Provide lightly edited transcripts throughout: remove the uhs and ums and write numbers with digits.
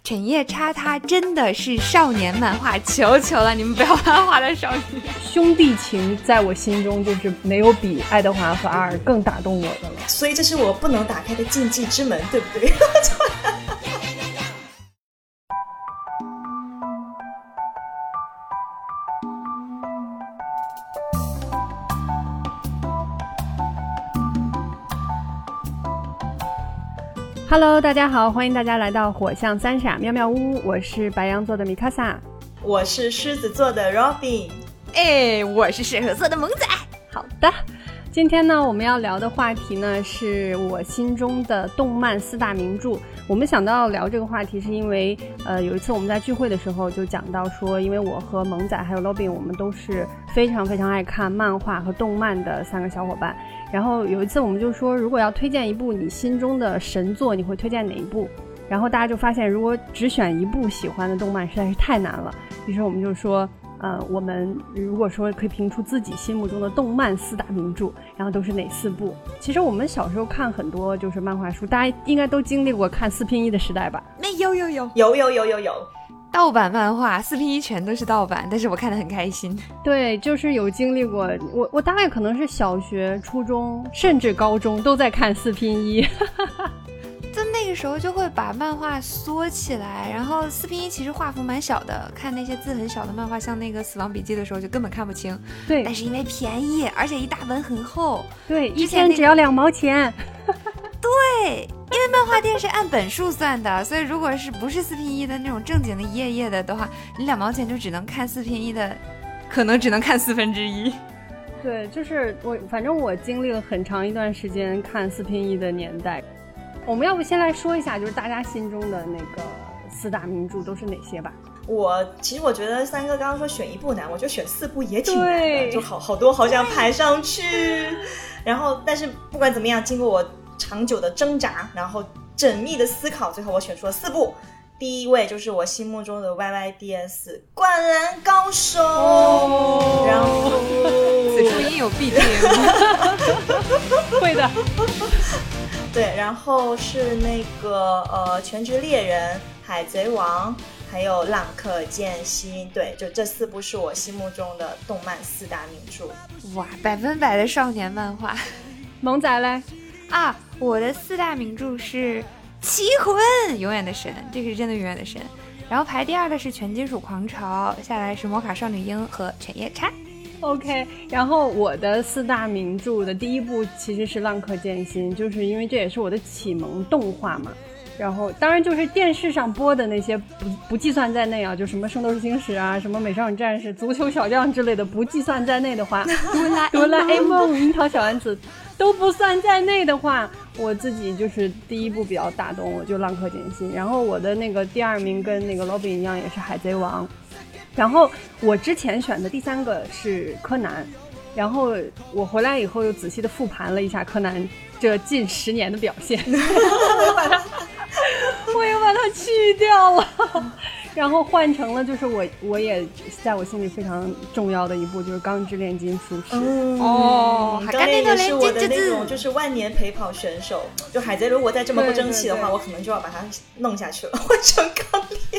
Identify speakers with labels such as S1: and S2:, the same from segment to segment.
S1: 犬夜叉他真的是少年漫画，求求了，你们不要把他画的少女。
S2: 兄弟情在我心中就是没有比爱德华和阿尔更打动我的了，
S3: 所以这是我不能打开的禁忌之门，对不对？
S2: Hello， 大家好，欢迎大家来到火象三傻妙妙屋，我是白羊座的米卡萨，
S3: 我是狮子座的 Robin，
S1: 我是射手座的萌仔。
S2: 好的，今天呢我们要聊的话题呢是我心中的动漫四大名著。我们想到聊这个话题是因为有一次我们在聚会的时候就讲到说，因为我和萌仔还有 Robin 我们都是非常非常爱看漫画和动漫的三个小伙伴，然后有一次我们就说，如果要推荐一部你心中的神作，你会推荐哪一部？然后大家就发现如果只选一部喜欢的动漫实在是太难了，于是我们就说我们如果说可以评出自己心目中的动漫四大名著，然后都是哪四部。其实我们小时候看很多就是漫画书，大家应该都经历过看4+1的时代吧？
S3: 有
S1: 盗版漫画4+1全都是盗版，但是我看得很开心。
S2: 对，就是有经历过，我大概可能是小学、初中甚至高中都在看4+1。
S1: 在那个时候就会把漫画缩起来，然后4+1其实画幅蛮小的，看那些字很小的漫画，像那个《死亡笔记》的时候就根本看不清。
S2: 对，
S1: 但是因为便宜，而且一大本很厚。
S2: 对，一天只要2毛钱。
S1: 对，因为漫画店是按本数算的，所以如果是不是4+1的那种正经的一页页的话，你2毛钱就只能看4+1的，可能只能看1/4。
S2: 对，就是反正我经历了很长一段时间看4+1的年代。我们要不先来说一下，就是大家心中的那个四大名著都是哪些吧？
S3: 其实我觉得三哥刚刚说选一部难，我觉得选4部也挺难的，就好多好想排上去。然后，但是不管怎么样，经过我长久的挣扎，然后缜密的思考，最后我选出了4部。第一位就是我心目中的 YYDS 灌篮高手，然后
S1: 此处应有必听。
S2: 会的。
S3: 对，然后是那个全职猎人、海贼王还有浪客剑心。对，就这4部是我心目中的动漫4大名著。
S1: 哇，100%的少年漫画。
S2: 萌仔嘞？
S1: 我的4大名著是棋魂，永远的神，这个是真的永远的神。然后排第2的是全金属狂潮，下来是魔卡少女樱和犬夜叉。
S2: OK， 然后我的4大名著的第一部其实是浪客剑心，就是因为这也是我的启蒙动画嘛。然后当然就是电视上播的那些不计算在内啊，就什么圣斗士星矢啊，什么美少女战士、足球小将之类的不计算在内的话，哆啦 A 梦、樱桃小丸子都不算在内的话，我自己就是第一部比较打动我，就浪客剑心。然后我的那个第2名跟那个 Robin 一样，也是海贼王。然后我之前选的第3个是柯南，然后我回来以后又仔细的复盘了一下柯南这近10年的表现，我又把它去掉了，然后换成了就是我也在我心里非常重要的一部，就是《钢之炼金术师》。
S3: 钢炼也是我的那种就是万年陪跑选手，就海贼如果再这么不争气的话，我可能就要把它弄下去了，换成钢炼。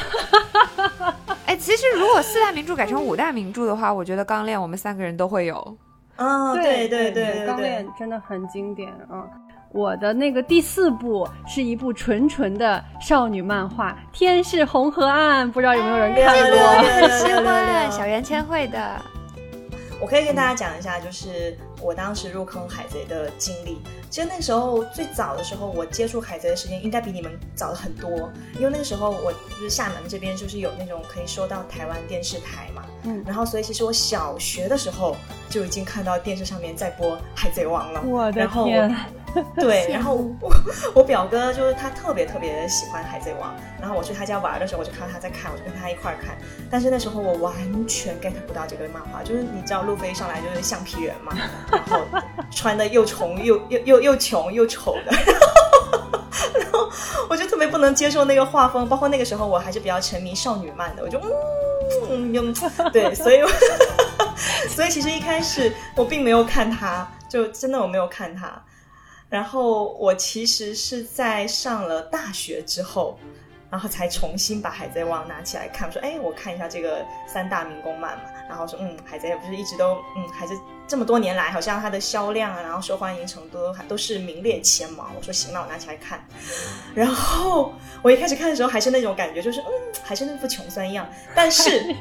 S1: 其实如果4大名著改成5大名著的话，我觉得钢炼我们3个人都会有。
S3: 对，
S2: 钢炼真的很经典啊。我的那个第4部是一部纯的少女漫画《天是红河岸》，不知道有没有人看过？
S1: 喜欢小圆千惠的。
S3: 我可以跟大家讲一下，就是我当时入坑海贼的经历。其实那个时候最早的时候，我接触海贼的时间应该比你们早了很多，因为那个时候我就是厦门这边就是有那种可以收到台湾电视台嘛，然后所以其实我小学的时候就已经看到电视上面在播海贼王了。
S2: 我的天！
S3: 对，然后我表哥就是他特别喜欢海贼王，然后我去他家玩的时候，我就看到他在看，我就跟他一块看。但是那时候我完全 get 不到这个漫画，就是你知道路飞上来就是橡皮人嘛，然后穿的又穷又穷又丑的，然后我就特别不能接受那个画风，包括那个时候我还是比较沉迷少女漫的，我就对，所以其实一开始我并没有看它，就真的我没有看它。然后我其实是在上了大学之后然后才重新把海贼王拿起来看，我说我看一下这个3大民工漫嘛，然后说海贼不是一直都还是这么多年来好像它的销量啊，然后受欢迎程度都是名列前茅。我说行，那我拿起来看。然后我一开始看的时候还是那种感觉，就是还是那副穷酸样，但是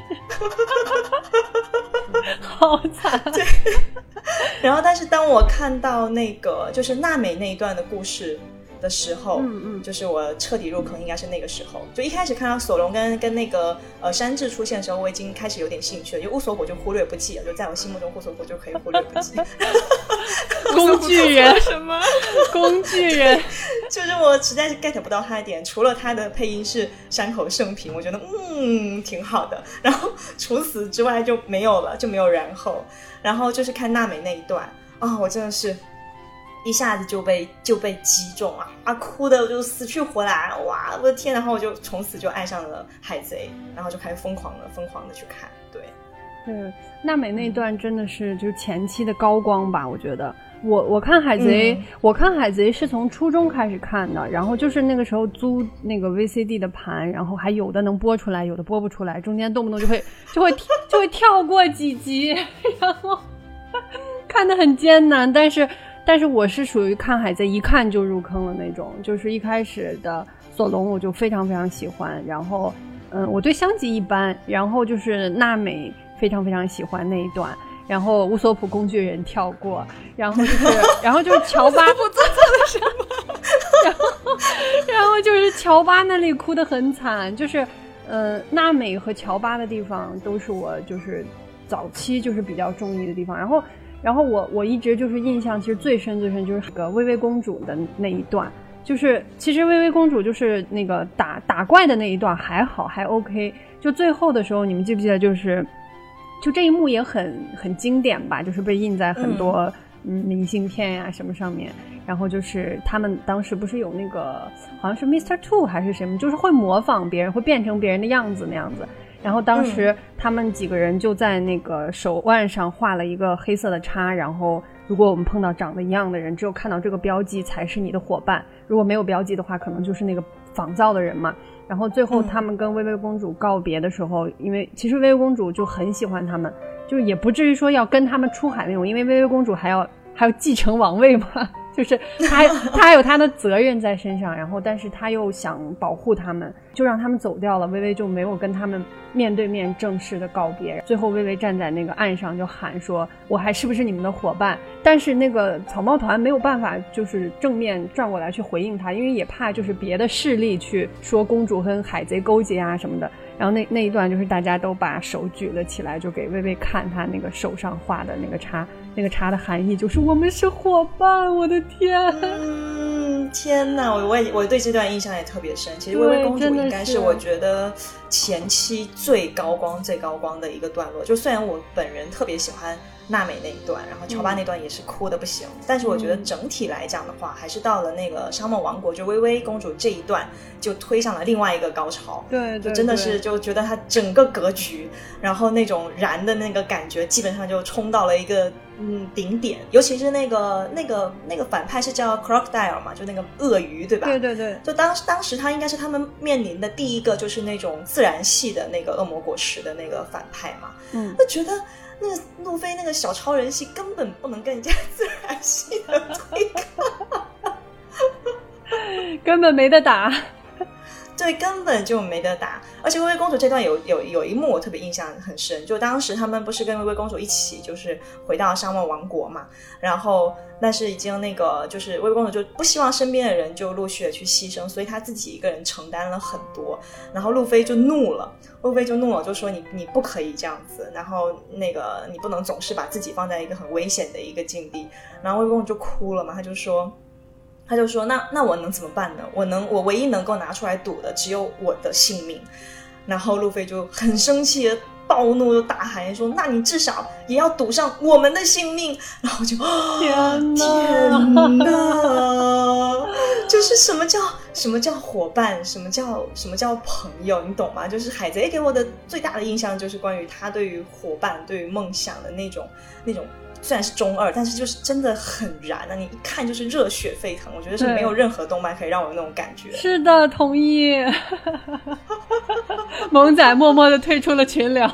S2: 好惨。
S3: 对，然后但是当我看到那个就是娜美那一段的故事的时候，就是我彻底入坑，应该是那个时候。就一开始看到索隆跟那个山治出现的时候，我已经开始有点兴趣了，就乌索普就忽略不计了，就在我心目中乌索普就可以忽略不计。
S2: 工具人什么？工具人，
S3: 就是我实在是 get 不到他的点，除了他的配音是山口胜平，我觉得挺好的，然后除此之外就没有了，就没有然后。然后就是看娜美那一段我真的是一下子就被击中哭的就死去活来，哇我的天！然后我就从此就爱上了海贼，然后就开始疯狂的去看。对，
S2: 娜美那段真的是就是前期的高光吧，我觉得。我看海贼，我看海贼是从初中开始看的，然后就是那个时候租那个 VCD 的盘，然后还有的能播出来，有的播不出来，中间动不动就会跳过几集，然后看得很艰难。但是我是属于看海贼一看就入坑了那种，就是一开始的索隆我就非常非常喜欢，然后我对香吉一般，然后就是娜美非常非常喜欢那一段。然后乌索普工具人跳过，然后就是乔巴
S1: 我做错了什么？
S2: 然后就是乔巴那里哭得很惨，就是娜美和乔巴的地方都是我就是早期就是比较中意的地方。然后我一直就是印象其实最深就是那个薇薇公主的那一段，就是其实薇薇公主就是那个打怪的那一段还好还 OK， 就最后的时候你们记不记得就这一幕也很经典吧，就是被印在很多明信片呀什么上面。然后就是他们当时不是有那个好像是 Mr. Two 还是什么，就是会模仿别人，会变成别人的样子那样子。然后当时他们几个人就在那个手腕上画了一个黑色的叉，然后如果我们碰到长得一样的人，只有看到这个标记才是你的伙伴，如果没有标记的话可能就是那个仿造的人嘛。然后最后他们跟薇薇公主告别的时候，因为其实薇薇公主就很喜欢他们，就也不至于说要跟他们出海那种，因为薇薇公主还要继承王位嘛，就是她还有她的责任在身上，然后但是她又想保护他们，就让他们走掉了。薇薇就没有跟他们面对面正式的告别。最后薇薇站在那个岸上就喊说我还是不是你们的伙伴，但是那个草帽团没有办法就是正面转过来去回应他，因为也怕就是别的势力去说公主和海贼勾结啊什么的。然后那一段就是大家都把手举了起来，就给薇薇看他那个手上画的那个叉，那个叉的含义就是我们是伙伴。我的天
S3: 天哪，我对这段印象也特别深。其实薇薇公主应该是我觉得前期最高光的一个段落，就虽然我本人特别喜欢娜美那一段，然后乔巴那段也是哭的不行，但是我觉得整体来讲的话，还是到了那个沙漠王国，就薇薇公主这一段就推上了另外一个高潮。
S2: 对，
S3: 就真的是就觉得她整个格局，然后那种燃的那个感觉基本上就冲到了一个顶点。尤其是那个反派是叫 Crocodile 嘛，就那个鳄鱼对吧？
S2: 对对对，
S3: 就当时他应该是他们面临的第一个就是那种自然系的那个恶魔果实的那个反派嘛。就觉得那个路飞那个小超人系根本不能跟人家自然系的对抗
S2: 根本没得打。
S3: 对，根本就没得打。而且薇薇公主这段有一幕我特别印象很深，就当时他们不是跟薇薇公主一起就是回到沙漠王国嘛，然后但是已经那个就是薇薇公主就不希望身边的人就陆续的去牺牲，所以她自己一个人承担了很多。然后路飞就怒了，就说你不可以这样子，然后那个你不能总是把自己放在一个很危险的一个境地。然后薇薇公主就哭了嘛，他就说那我能怎么办呢？我唯一能够拿出来赌的只有我的性命。然后路飞就很生气的暴怒就大喊说那你至少也要赌上我们的性命。然后就天哪就是什么叫伙伴，什么叫朋友，你懂吗？就是海贼给我的最大的印象就是关于他对于伙伴对于梦想的那种虽然是中二，但是就是真的很燃啊！你一看就是热血沸腾，我觉得是没有任何动漫可以让我有那种感觉。
S2: 是的，同意。萌仔默默地退出了群聊。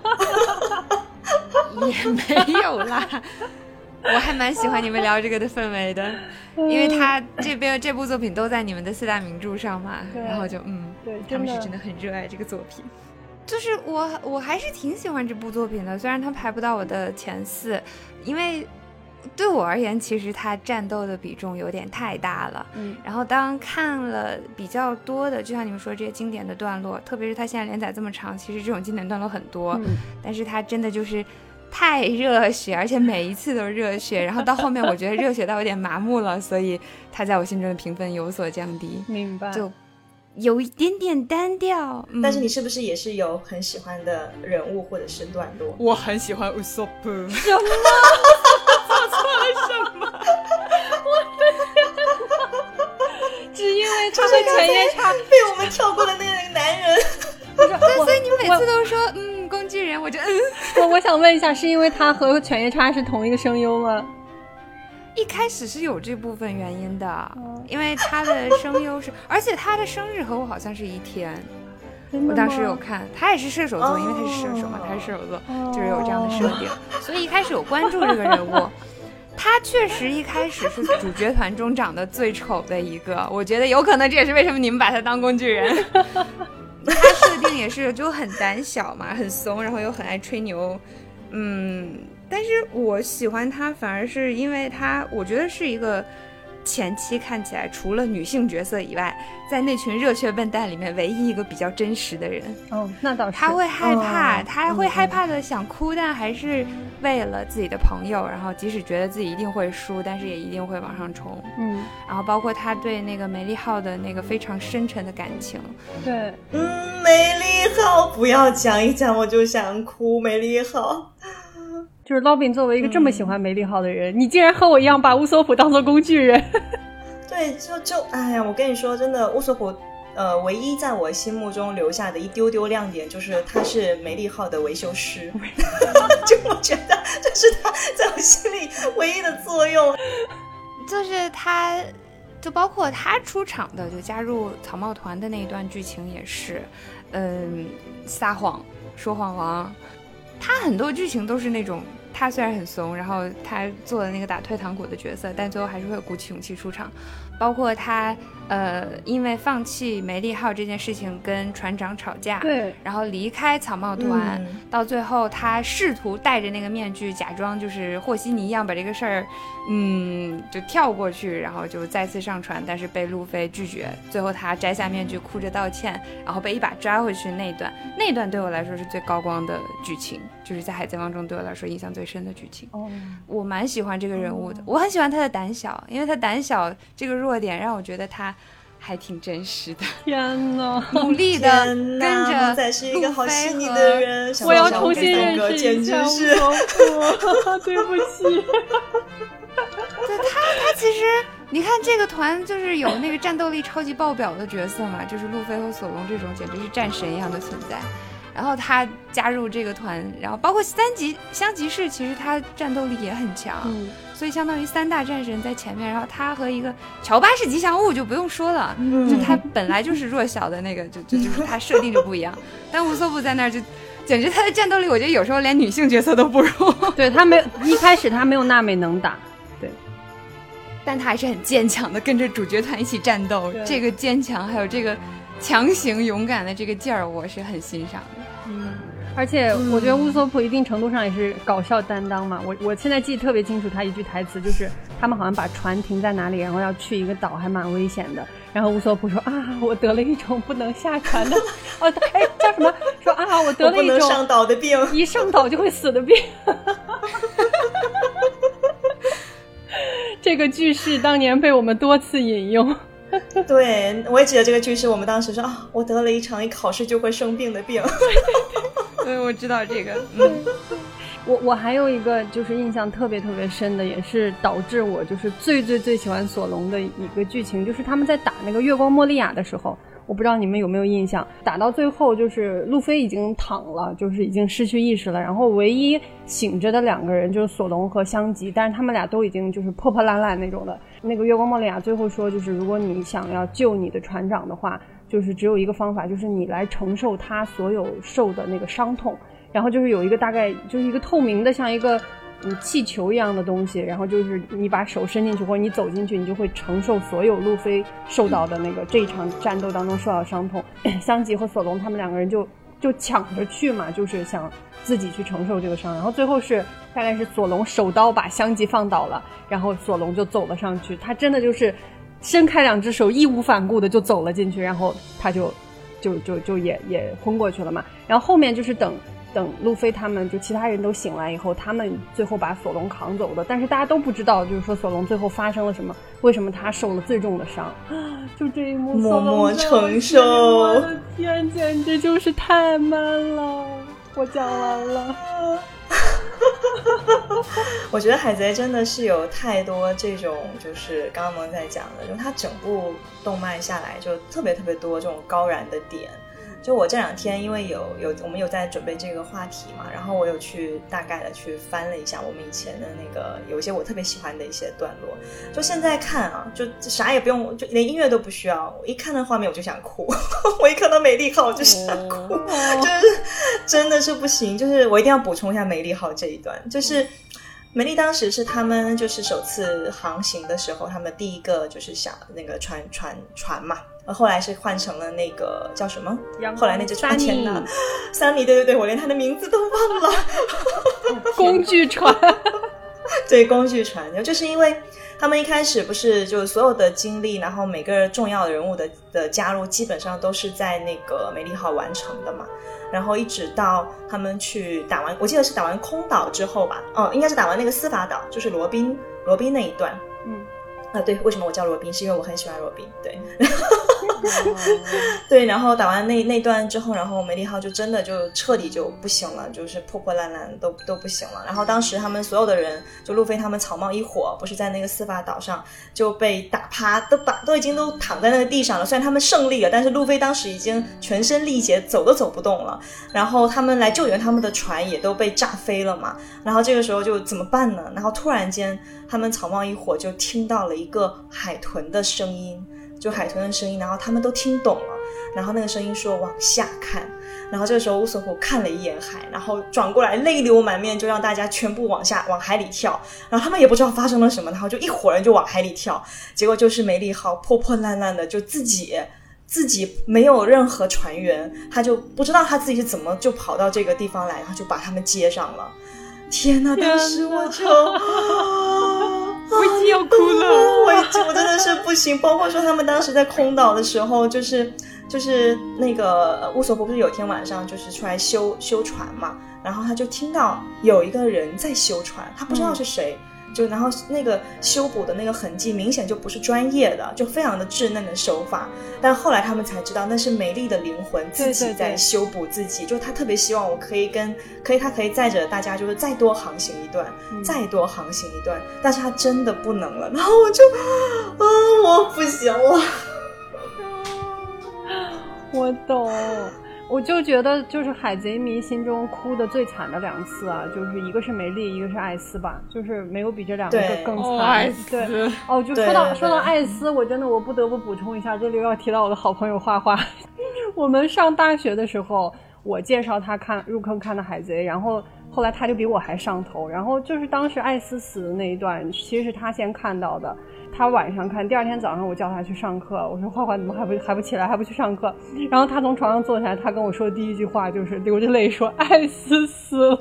S1: 也没有啦，我还蛮喜欢你们聊这个的氛围的，因为他这部作品都在你们的4大名著上嘛，然后就
S2: 对，
S1: 他们是真的很热爱这个作品。就是我还是挺喜欢这部作品的，虽然它排不到我的前4，因为对我而言其实它战斗的比重有点太大了。然后当看了比较多的，就像你们说这些经典的段落，特别是它现在连载这么长，其实这种经典段落很多，但是它真的就是太热血，而且每一次都热血，然后到后面我觉得热血到有点麻木了，所以它在我心中的评分有所降低。
S2: 明白，
S1: 就有一点点单调。
S3: 但是你是不是也是有很喜欢的人物或者是段落？
S1: 我很喜欢乌索普。
S2: 什么？做错了什么？我的天！只因为他的犬夜叉
S3: 被我们跳过的那个男人。
S1: 对，所以你每次都说工具人，我就
S2: 我想问一下，是因为他和犬夜叉是同一个声优吗？
S1: 一开始是有这部分原因的，因为他的声优是，而且他的生日和我好像是一天。我当时有看，他也是射手座，因为他是射手嘛，他是射手座，就是有这样的设定，所以一开始有关注这个人物。他确实一开始是主角团中长得最丑的一个，我觉得有可能这也是为什么你们把他当工具人。他设定也是就很胆小嘛，很怂，然后又很爱吹牛，但是我喜欢他反而是因为他，我觉得是一个前期看起来除了女性角色以外，在那群热血笨蛋里面唯一一个比较真实的人。
S2: 那倒是。
S1: 他会害怕，他会害怕的想哭，但还是为了自己的朋友，然后即使觉得自己一定会输，但是也一定会往上冲。然后包括他对那个梅利号的那个非常深沉的感情。
S2: 对，
S3: 梅利号不要讲一讲我就想哭，梅利号。
S2: 就是劳宾作为一个这么喜欢梅利号的人，你竟然和我一样把乌索普当作工具人。
S3: 对，哎呀，我跟你说真的，乌索普唯一在我心目中留下的一丢丢亮点就是他是梅利号的维修师。就我觉得这是他在我心里唯一的作用。
S1: 就是他就包括他出场的就加入草帽团的那一段剧情也是撒谎说谎王，他很多剧情都是那种他虽然很怂，然后他做的那个打退堂鼓的角色，但最后还是会鼓起勇气出场。包括他因为放弃梅利号这件事情跟船长吵架，
S2: 对，
S1: 然后离开草帽团，到最后他试图戴着那个面具假装就是和稀泥一样把这个事儿就跳过去，然后就再次上船，但是被路飞拒绝，最后他摘下面具哭着道歉，然后被一把抓回去。那段对我来说是最高光的剧情，就是在海贼王中对我来说印象最深的剧情。我蛮喜欢这个人物的，我很喜欢他的胆小，因为他胆小这个弱点让我觉得他还挺真实的。
S2: 天哪，
S1: 努力的跟着
S3: 才是一个好细腻的人。
S2: 我要重新认识一下乌索普。对不起。
S1: 对，他其实你看这个团就是有那个战斗力超级爆表的角色嘛，就是路飞和索隆这种简直是战神一样的存在。然后他加入这个团，然后包括香吉士，其实他战斗力也很强，所以相当于3大战神在前面，然后他和一个乔巴是吉祥物就不用说了，就他本来就是弱小的那个，就是他设定就不一样。但乌索普在那儿就简直他的战斗力，我觉得有时候连女性角色都不如。
S2: 对，他一开始他没有娜美能打，对，
S1: 但他还是很坚强的跟着主角团一起战斗，这个坚强还有这个强行勇敢的这个劲儿，我是很欣赏的。
S2: 而且我觉得乌索普一定程度上也是搞笑担当嘛。我现在记得特别清楚，他一句台词就是他们好像把船停在哪里，然后要去一个岛，还蛮危险的。然后乌索普说我得了一种不能下船的叫什么？说我得了一种
S3: 不能上岛的病，
S2: 一上岛就会死的病。这个句式当年被我们多次引用。
S3: 对，我也记得这个句式，我们当时说我得了一场一考试就会生病的病。
S1: 对，我知道这个。
S2: 我还有一个就是印象特别特别深的，也是导致我就是最最最喜欢索隆的一个剧情，就是他们在打那个月光莫利亚的时候， 我不知道你们有没有印象，打到最后就是路飞已经躺了，就是已经失去意识了，然后唯一醒着的2个人就是索隆和香吉，但是他们俩都已经就是破破烂烂那种的。那个月光莫利亚最后说，就是如果你想要救你的船长的话，就是只有一个方法，就是你来承受他所有受的那个伤痛。然后就是有一个大概就是一个透明的像一个气球一样的东西，然后就是你把手伸进去或者你走进去，你就会承受所有路飞受到的那个这一场战斗当中受到的伤痛。香吉和索隆他们2个人就抢着去嘛，就是想自己去承受这个伤。然后最后是大概是索隆手刀把香吉放倒了，然后索隆就走了上去，他真的就是伸开2只手义无反顾的就走了进去，然后他就也昏过去了嘛。然后后面就是等路飞他们就其他人都醒来以后，他们最后把索隆扛走的，但是大家都不知道就是说索隆最后发生了什么，为什么他受了最重的伤，就这一幕
S3: 默默承受，
S2: 我的天，简直就是太 man 了。我讲完了。
S3: 我觉得海贼真的是有太多这种，就是刚刚萌在讲的，就他整部动漫下来就特别特别多这种高燃的点。就我这2天因为我们有在准备这个话题嘛，然后我有去大概的去翻了一下我们以前的那个有一些我特别喜欢的一些段落，就现在看啊，就啥也不用，就连音乐都不需要，我一看那画面我就想哭我一看到美丽号我就想哭就是真的是不行，就是我一定要补充一下美丽号这一段，就是美丽当时是他们就是首次航行的时候，他们第一个就是想那个船嘛，后来是换成了那个叫什么？后来那只船，天哪，三妮，对，我连他的名字都忘了。
S2: 工具船，
S3: 对，工具船，就是因为他们一开始不是就所有的经历，然后每个重要的人物的加入，基本上都是在那个美丽号完成的嘛。然后一直到他们去打完，我记得是打完空岛之后吧，应该是打完那个司法岛，就是罗宾那一段。对，为什么我叫罗宾，是因为我很喜欢罗宾，对对，然后打完那段之后，然后美丽号就真的就彻底就不行了，就是破破烂烂都不行了。然后当时他们所有的人，就路飞他们草帽一伙，不是在那个司法岛上就被打趴，都已经都躺在那个地上了。虽然他们胜利了，但是路飞当时已经全身力竭，走都走不动了。然后他们来救援他们的船也都被炸飞了嘛。然后这个时候就怎么办呢？然后突然间他们草帽一伙就听到了一个海豚的声音，然后他们都听懂了，然后那个声音说往下看，然后这个时候乌索普看了一眼海，然后转过来泪流满面，就让大家全部往海里跳，然后他们也不知道发生了什么，然后就一伙人就往海里跳，结果就是美丽号破破烂烂的就自己没有任何船员，他就不知道他自己是怎么就跑到这个地方来，然后就把他们接上了。天哪，当时我就
S1: 我已经要哭了，
S3: 我真的是不行。包括说他们当时在空岛的时候，就是那个乌索普不是有天晚上就是出来修船嘛，然后他就听到有一个人在修船，他不知道是谁，就然后那个修补的那个痕迹明显就不是专业的，就非常的稚嫩的手法，但后来他们才知道那是美丽的灵魂自己在修补自己，就他特别希望我他可以载着大家就是再多航行一段，但是他真的不能了，然后我就我不行了。
S2: 我懂，我就觉得就是海贼迷心中哭的最惨的2次啊，就是一个是梅丽，一个是艾斯吧，就是没有比这2个更惨。对，就说到艾斯，我不得不补充一下，这里要提到我的好朋友花花。我们上大学的时候，我介绍他入坑看的海贼，然后后来他就比我还上头，然后就是当时艾斯死的那一段，其实是他先看到的。他晚上看，第2天早上我叫他去上课，我说花花怎么还不起来，还不去上课？然后他从床上坐下来，他跟我说的第一句话就是流着泪说艾斯死了。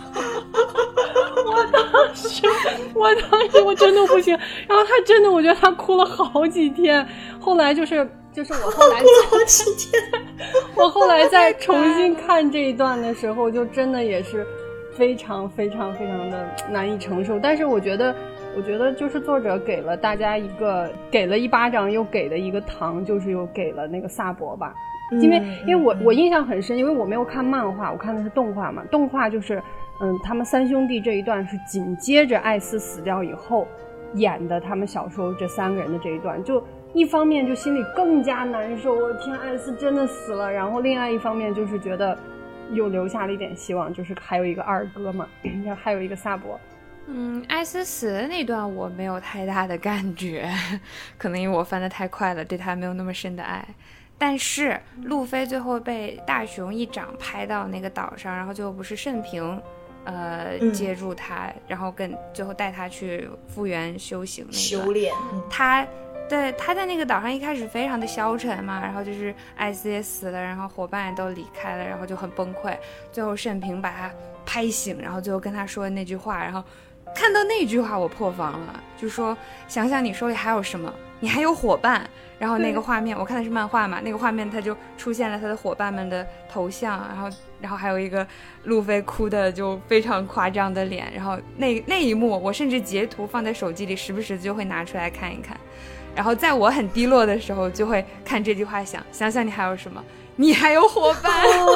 S2: 我当时我真的不行，然后他真的我觉得他哭了好几天，后来就是我后来哭
S3: 了好几天，
S2: 我后来再重新看这一段的时候，就真的也是非常非常非常的难以承受。但是我觉得就是作者给了大家给了一巴掌，又给了一个糖，就是又给了那个萨博吧。因为我印象很深，因为我没有看漫画，我看的是动画嘛。动画就是他们3兄弟这一段是紧接着艾斯死掉以后演的，他们小时候这3个人的这一段，就一方面就心里更加难受，我天，艾斯真的死了，然后另外一方面就是觉得又留下了一点希望，就是还有一个二哥嘛，还有一个萨博。
S1: 艾斯死的那段我没有太大的感觉，可能因为我翻得太快了，对他没有那么深的爱。但是路飞最后被大雄一掌拍到那个岛上，然后最后不是盛平接住他，然后最后带他去复原修行那个
S3: 修炼。
S1: 他在那个岛上一开始非常的消沉嘛，然后就是艾斯也死了，然后伙伴也都离开了，然后就很崩溃。最后盛平把他拍醒，然后最后跟他说的那句话，然后看到那句话我破防了，就说想想你手里还有什么，你还有伙伴。然后那个画面我看的是漫画嘛，那个画面他就出现了他的伙伴们的头像，然后还有一个路飞哭的就非常夸张的脸，然后那一幕我甚至截图放在手机里，时不时就会拿出来看一看。然后在我很低落的时候就会看这句话，想想你还有什么，你还有伙伴。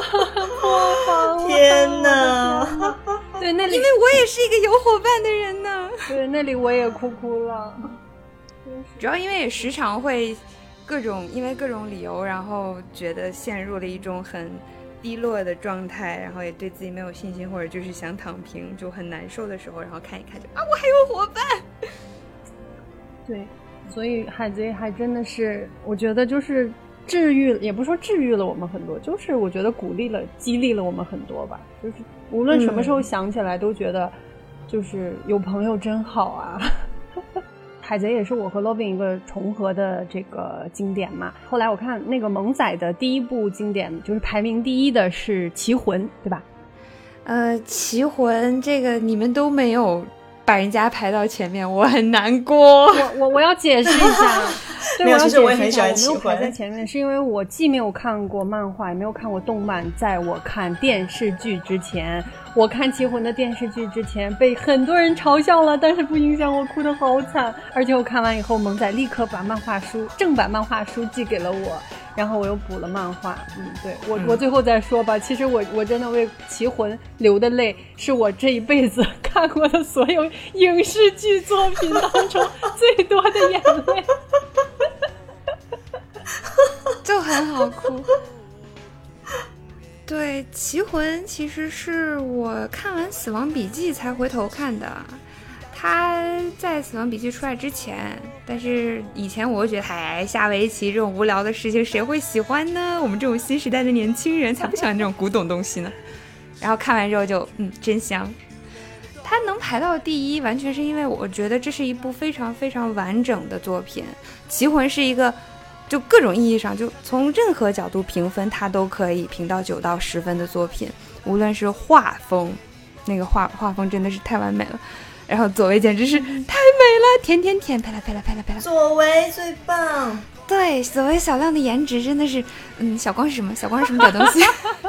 S3: 天哪，
S2: 对，那里
S1: 因为我也是一个有伙伴的人呢。
S2: 对，那里我也哭了。
S1: 主要因为也时常会因为各种理由，然后觉得陷入了一种很低落的状态，然后也对自己没有信心，或者就是想躺平，就很难受的时候，然后看一看就我还有伙伴。
S2: 对，所以海贼还真的是，我觉得就是治愈，也不说治愈了我们很多，就是我觉得鼓励了、激励了我们很多吧。就是无论什么时候想起来，都觉得就是有朋友真好啊。海贼也是我和 Lovin 一个重合的这个经典嘛。后来我看那个萌仔的第一部经典，就是排名第一的是棋魂，对吧？
S1: 棋魂这个你们都没有把人家排到前面，我很难过。
S2: 我要解释一下。对，
S3: 其实我也很喜欢棋魂。
S2: 我没有排在前面，是因为我既没有看过漫画，也没有看过动漫。在我看电视剧之前，我看棋魂的电视剧之前，被很多人嘲笑了，但是不影响我哭得好惨。而且我看完以后，萌仔立刻把正版漫画书寄给了我，然后我又补了漫画。对，我最后再说吧。其实我真的为棋魂流的泪，是我这一辈子看过的所有影视剧作品当中最多的眼泪。
S1: 就很好哭。对，棋魂其实是我看完死亡笔记才回头看的，他在死亡笔记出来之前，但是以前我就觉得下围棋这种无聊的事情谁会喜欢呢，我们这种新时代的年轻人才不喜欢这种古董东西呢。然后看完之后就真香。他能排到第一完全是因为我觉得这是一部非常非常完整的作品。棋魂是一个就各种意义上，就从任何角度评分它都可以评到9到10分的作品。无论是画风，那个画风真的是太完美了，然后佐为简直是太美了，甜甜甜，啪啦啪啦啪啦啪啦，
S3: 佐为最棒。
S1: 对，佐为小亮的颜值真的是小光是什么屌东西。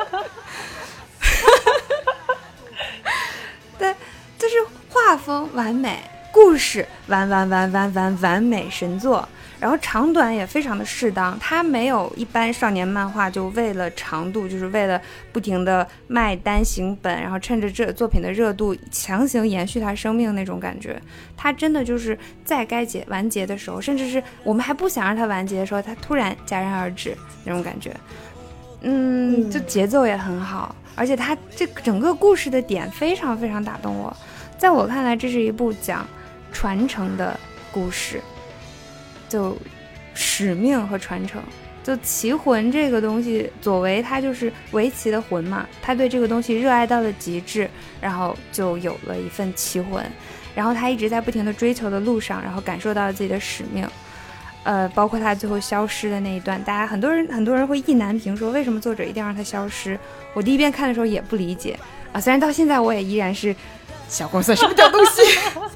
S1: 对，就是画风完美，故事完美神作，然后长短也非常的适当，它没有一般少年漫画就为了长度，就是为了不停的卖单行本，然后趁着这作品的热度强行延续它生命那种感觉。它真的就是在该完结的时候，甚至是我们还不想让它完结的时候，它突然戛然而止那种感觉。就节奏也很好，而且它这整个故事的点非常非常打动我。在我看来，这是一部讲传承的故事，就使命和传承。就棋魂这个东西，佐为他就是围棋的魂嘛，他对这个东西热爱到了极致，然后就有了一份棋魂，然后他一直在不停的追求的路上，然后感受到了自己的使命。包括他最后消失的那一段，大家很多人会意难平，说为什么作者一定要让他消失。我第一遍看的时候也不理解啊，虽然到现在我也依然是小公司什么屌东西。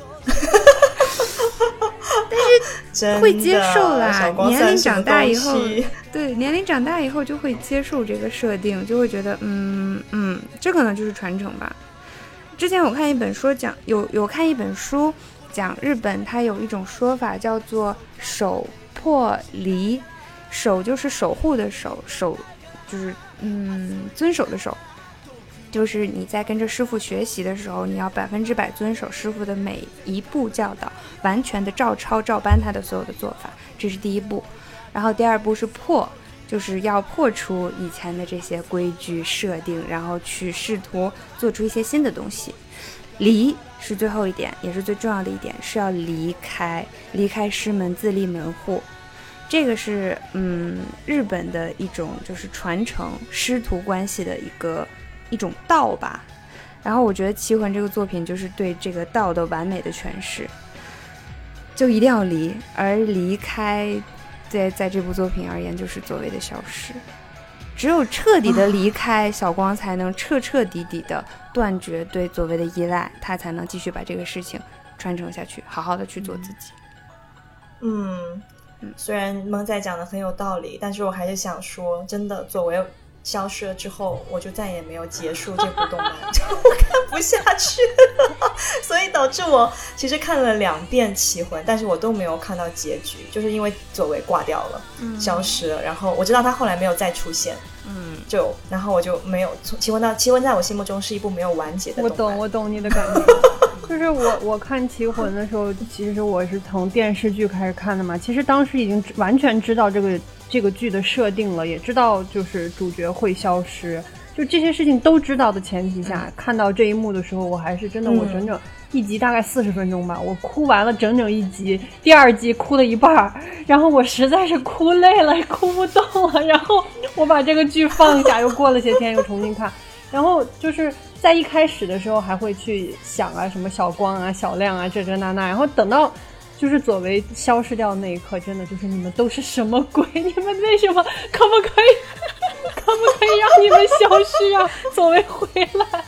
S1: 但是会接受啦，年龄长大以后，对，年龄长大以后就会接受这个设定，就会觉得这可能就是传承吧。之前我看一本书讲，有看一本书讲日本，它有一种说法叫做守破离，守就是守护的守，守就是遵守的守， 就是你在跟着师傅学习的时候，你要100%遵守师傅的每一步教导，完全的照抄照搬他的所有的做法，这是第一步。然后第二步是破，就是要破除以前的这些规矩设定，然后去试图做出一些新的东西。离是最后一点，也是最重要的一点，是要离开师门，自立门户。这个是日本的一种就是传承师徒关系的一种道吧。然后我觉得《棋魂》这个作品就是对这个道的完美的诠释，就一定要离，而离开在这部作品而言就是所谓的消失。只有彻底的离开，小光才能彻底的断绝对佐为的依赖，他才能继续把这个事情传承下去，好好的去做自己。
S3: 虽然萌仔讲的很有道理，但是我还是想说，真的佐为消失了之后，我就再也没有结束这部动漫，我看不下去了，所以导致我其实看了2遍《棋魂》，但是我都没有看到结局，就是因为佐为挂掉了，消失了，然后我知道他后来没有再出现，然后我就没有棋魂在我心目中是一部没有完结的动漫。
S2: 我懂你的感觉。就是我看《棋魂》的时候，其实我是从电视剧开始看的嘛，其实当时已经完全知道这个剧的设定了，也知道就是主角会消失，就这些事情都知道的前提下，看到这一幕的时候，我还是真的，我整整一集大概40分钟吧，我哭完了整整一集，第2集哭了一半，然后我实在是哭累了，哭不动了，然后我把这个剧放下，又过了些天又重新看，然后就是在一开始的时候还会去想啊什么小光啊小亮啊这那，然后等到就是佐为消失掉那一刻，真的就是你们都是什么鬼？你们为什么可不可以让你们消失啊？佐为回来，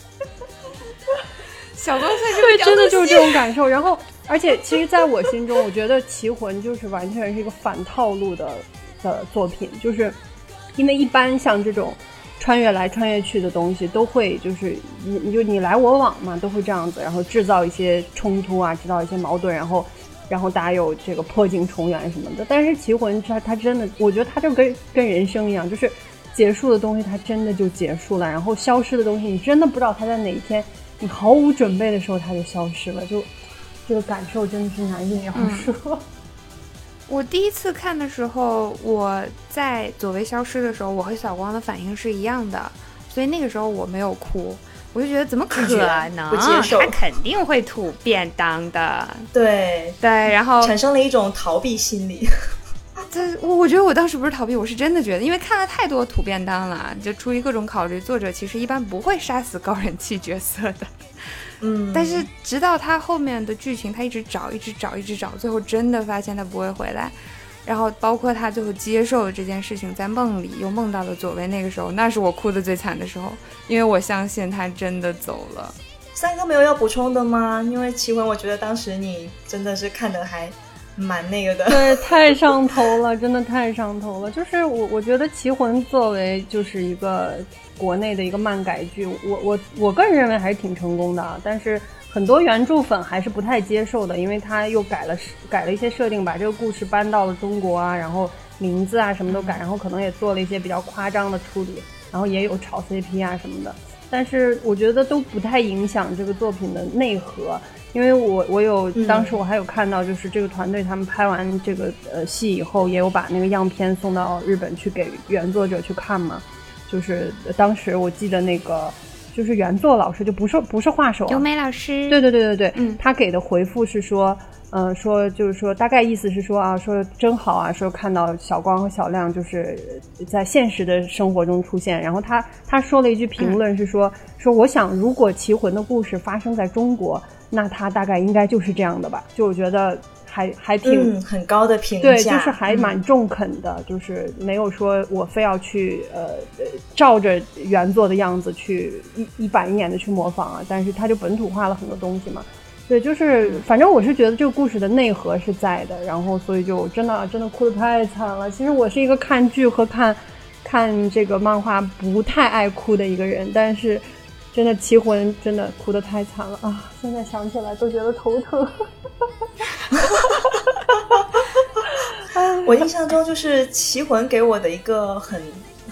S1: 小光在这
S2: 对，真的就是这种感受。然后，而且其实在我心中，我觉得《棋魂》就是完全是一个反套路的作品，就是因为一般像这种穿越来穿越去的东西，都会就是你来我往嘛，都会这样子，然后制造一些冲突啊，制造一些矛盾，然后大家有这个破镜重圆什么的。但是《棋魂》它真的，我觉得它就跟人生一样，就是结束的东西它真的就结束了，然后消失的东西你真的不知道它在哪一天，你毫无准备的时候它就消失了，就这个感受真的是难以描述。
S1: 我第一次看的时候，我在佐为消失的时候，我和小光的反应是一样的，所以那个时候我没有哭，我就觉得怎么可能，
S3: 不接受，
S1: 他肯定会吐便当的。
S3: 对，
S1: 然后
S3: 产生了一种逃避心理。
S1: 我觉得我当时不是逃避，我是真的觉得，因为看了太多吐便当了，就出于各种考虑，作者其实一般不会杀死高人气角色的。但是直到他后面的剧情，他一直找，最后真的发现他不会回来，然后包括他最后接受了这件事情，在梦里又梦到了佐为，那个时候那是我哭的最惨的时候，因为我相信他真的走了。
S3: 3个没有要补充的吗？因为棋魂我觉得当时你真的是看得还蛮那个的，
S2: 对，太上头了，真的太上头了。就是我觉得棋魂作为就是一个国内的一个漫改剧，我个人认为还是挺成功的啊，但是很多原著粉还是不太接受的，因为他又改了一些设定，把这个故事搬到了中国啊，然后名字啊什么都改，然后可能也做了一些比较夸张的处理，然后也有炒 CP 啊什么的，但是我觉得都不太影响这个作品的内核。因为我有当时我还有看到，就是这个团队他们拍完这个戏以后，也有把那个样片送到日本去给原作者去看嘛。就是当时我记得那个就是原作老师就不是画手
S1: 优美老师，
S2: 对，他给的回复是说说就是说大概意思是说啊，说真好啊，说看到小光和小亮就是在现实的生活中出现，然后他说了一句评论是说我想如果棋魂的故事发生在中国，那他大概应该就是这样的吧，就我觉得还挺
S3: 很高的评价，
S2: 对，就是还蛮中肯的，就是没有说我非要去照着原作的样子去一板一眼的去模仿啊，但是他就本土化了很多东西嘛。对，就是反正我是觉得这个故事的内核是在的，然后所以就真的哭得太惨了。其实我是一个看剧和看这个漫画不太爱哭的一个人，但是真的棋魂真的哭得太惨了啊！现在想起来都觉得头疼。
S3: 我印象中就是棋魂给我的一个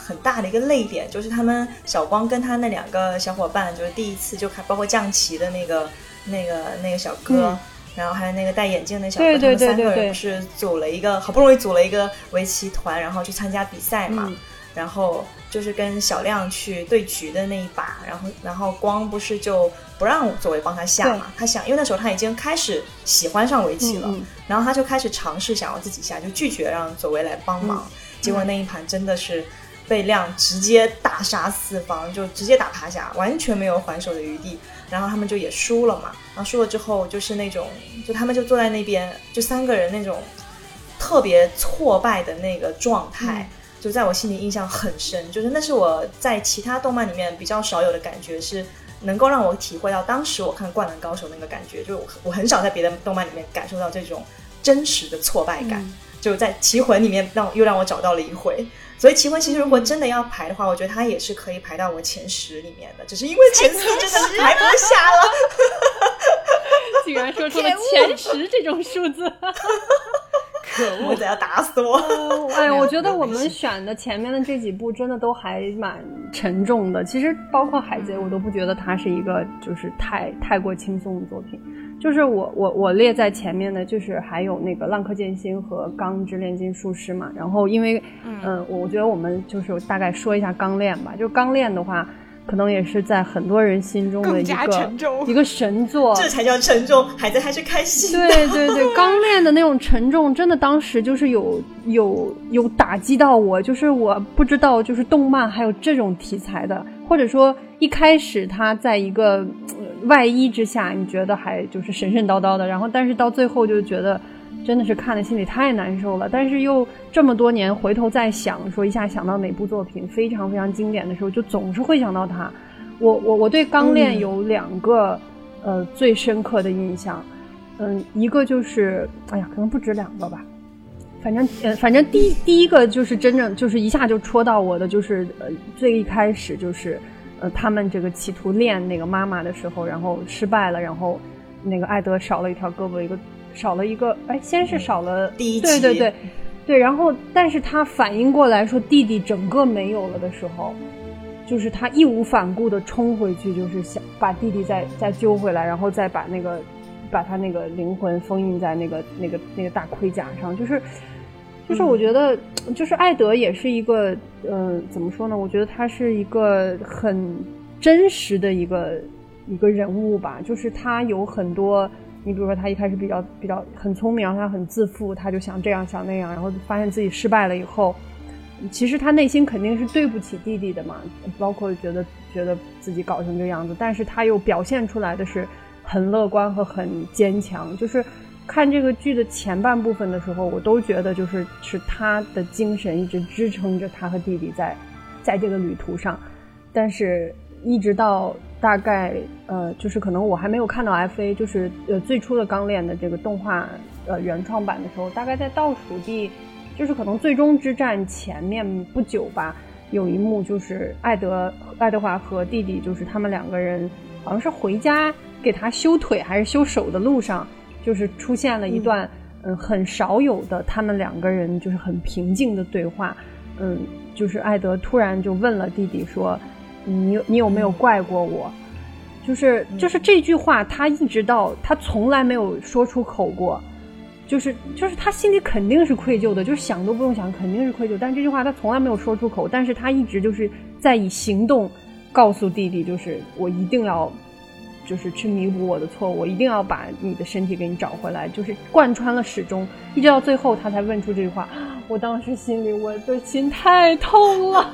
S3: 很大的一个泪点，就是他们小光跟他那2个小伙伴，就是第一次就包括降旗的那个小哥，然后还有那个戴眼镜的小哥，他们3个人不是好不容易组了一个围棋团，然后去参加比赛嘛，然后就是跟小亮去对局的那一把，然后光不是就不让左为帮他下嘛，他想，因为那时候他已经开始喜欢上围棋了，然后他就开始尝试想要自己下，就拒绝让左为来帮忙，结果那一盘真的是被亮直接大杀四方，就直接打趴下，完全没有还手的余地，然后他们就也输了嘛，然后输了之后就是那种，就他们就坐在那边，就3个人那种特别挫败的那个状态，就在我心里印象很深，就是那是我在其他动漫里面比较少有的感觉，是能够让我体会到当时我看《灌篮高手》那个感觉，就我很少在别的动漫里面感受到这种真实的挫败感，就在《棋魂》里面又让我找到了一回。所以《棋魂》其实如果真的要排的话，我觉得它也是可以排到我前10里面的，只是因为前4真的是排不下了。
S2: 竟然说出了前10这种数字。
S3: 可恶，要打死我！
S2: 我觉得我们选的前面的这几部真的都还蛮沉重的。其实包括海贼，我都不觉得它是一个就是太过轻松的作品。就是我列在前面的，就是还有那个浪客剑心和钢之炼金术师嘛。然后因为我觉得我们就是大概说一下钢炼吧。就钢炼的话，可能也是在很多人心中的一个神作，
S3: 这才叫沉重，海贼还是开心的。
S2: 对，钢炼的那种沉重，真的当时就是有打击到我，就是我不知道就是动漫还有这种题材的，或者说一开始它在一个外衣之下，你觉得还就是神神叨叨的，然后但是到最后就觉得真的是看的心里太难受了，但是又这么多年回头再想，说一下想到哪部作品非常非常经典的时候，就总是会想到它。我对钢炼有2个最深刻的印象，一个就是可能不止2个吧，反正第一个就是真正就是一下就戳到我的，就是最一开始就是他们这个企图练那个妈妈的时候，然后失败了，然后那个艾德少了一条胳膊，少了一个，先是少了
S3: 第一集，
S2: 对，然后但是他反应过来说弟弟整个没有了的时候，就是他义无反顾的冲回去，就是想把弟弟再揪回来，然后再把他那个灵魂封印在那个大盔甲上，就是我觉得就是艾德也是一个怎么说呢，我觉得他是一个很真实的一个人物吧，就是他有很多，你比如说他一开始比较很聪明，然后他很自负，他就想这样想那样，然后发现自己失败了以后，其实他内心肯定是对不起弟弟的嘛，包括觉得自己搞成这样子，但是他又表现出来的是很乐观和很坚强。就是看这个剧的前半部分的时候，我都觉得是他的精神一直支撑着他和弟弟在这个旅途上，但是一直到大概就是可能我还没有看到 FA 就是最初的钢炼的这个动画原创版的时候，大概在倒数第就是可能最终之战前面不久吧，有一幕就是爱德华和弟弟，就是他们2个人好像是回家给他修腿还是修手的路上，就是出现了一段很少有的他们2个人就是很平静的对话。就是艾德突然就问了弟弟说你有没有怪过我，就是这句话他一直到他从来没有说出口过，就是他心里肯定是愧疚的，就是想都不用想肯定是愧疚，但是这句话他从来没有说出口，但是他一直就是在以行动告诉弟弟，就是我一定要就是去弥补我的错误，我一定要把你的身体给你找回来，就是贯穿了始终，一直到最后他才问出这句话。我当时心里我的心太痛了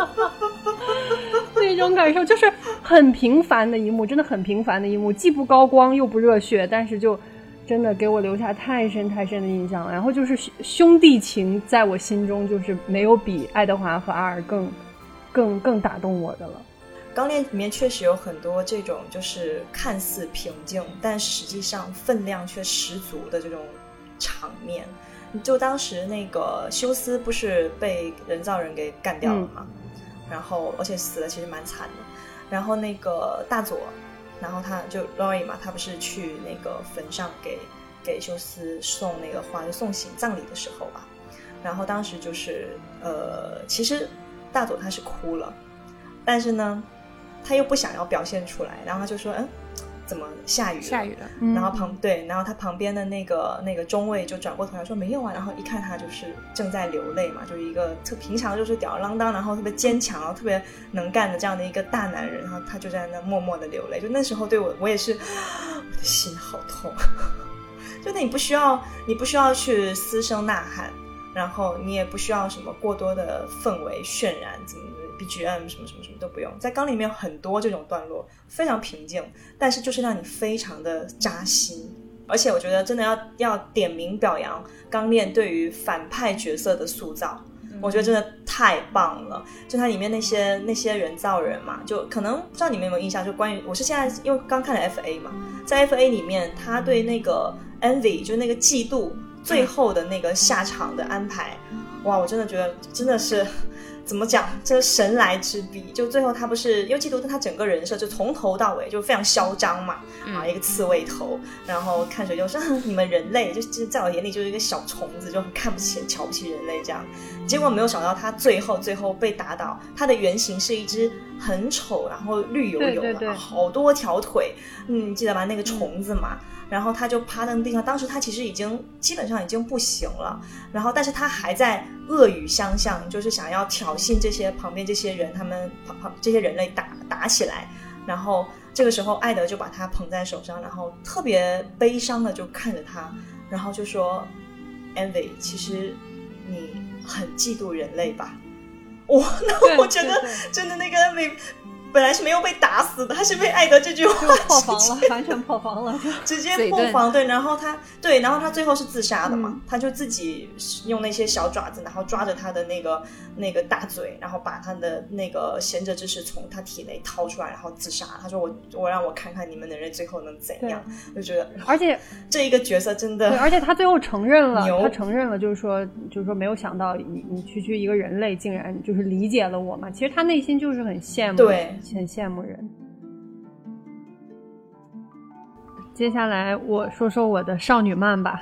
S2: 那种感受就是很平凡的一幕，真的很平凡的一幕，既不高光又不热血，但是就真的给我留下太深太深的印象了。然后就是兄弟情在我心中就是没有比爱德华和阿尔更打动我的了。
S3: 钢炼里面确实有很多这种就是看似平静但实际上分量却十足的这种场面。就当时那个休斯不是被人造人给干掉了嘛，然后而且死了其实蛮惨的，然后那个大佐，然后他就 Lori 嘛，他不是去那个坟上给休斯送那个花，就送行葬礼的时候吧，然后当时就是其实大佐他是哭了，但是呢他又不想要表现出来，然后他就说怎么下雨了，然后然后他旁边的那个中尉就转过头来说没有啊，然后一看他就是正在流泪嘛，就是一个平常就是吊儿郎当，然后特别坚强，然后特别能干的这样的一个大男人，然后他就在那默默的流泪。就那时候对我也是我的心好痛就那你不需要去嘶声呐喊，然后你也不需要什么过多的氛围渲染，怎么BGM 什么什么什么都不用，在纲里面有很多这种段落非常平静，但是就是让你非常的扎心。而且我觉得真的要点名表扬钢炼对于反派角色的塑造，我觉得真的太棒了。就它里面那些人造人嘛，就可能不知道你们有没有印象，就关于我是现在因为刚看了 FA 嘛，在 FA 里面他对那个 Envy 就那个嫉妒最后的那个下场的安排，哇，我真的觉得真的是怎么讲，这神来之笔。就最后他不是因为嫉妒他整个人设就从头到尾就非常嚣张嘛，一个刺猬头，然后看谁就是你们人类就是在我眼里就是一个小虫子，就很看不起瞧不起人类这样。结果没有想到他最后被打倒，他的原型是一只很丑然后绿油油的，
S2: 对
S3: 好多条腿，你记得吧，那个虫子嘛，然后他就趴在地上，当时他其实基本上已经不行了，然后但是他还在恶语相向，就是想要挑衅这些旁边这些人，他们这些人类打起来。然后这个时候艾德就把他捧在手上，然后特别悲伤的就看着他，然后就说 Envy 其实你很嫉妒人类吧。哇，那我觉得真的那个 Envy本来是没有被打死的，他是被艾德这句话
S2: 就破防了，完全破防了，
S3: 直接破防。对，然后他最后是自杀的嘛，他就自己用那些小爪子，然后抓着他的那个大嘴，然后把他的那个贤者之石从他体内掏出来，然后自杀。他说我让我看看你们的人最后能怎样。就觉得，
S2: 而且
S3: 这一个角色真的，
S2: 对，而且他最后承认了，他承认了，就是说没有想到你区区一个人类竟然就是理解了我嘛。其实他内心就是很羡慕，
S3: 对，
S2: 很羡慕人。接下来我说说我的少女漫吧。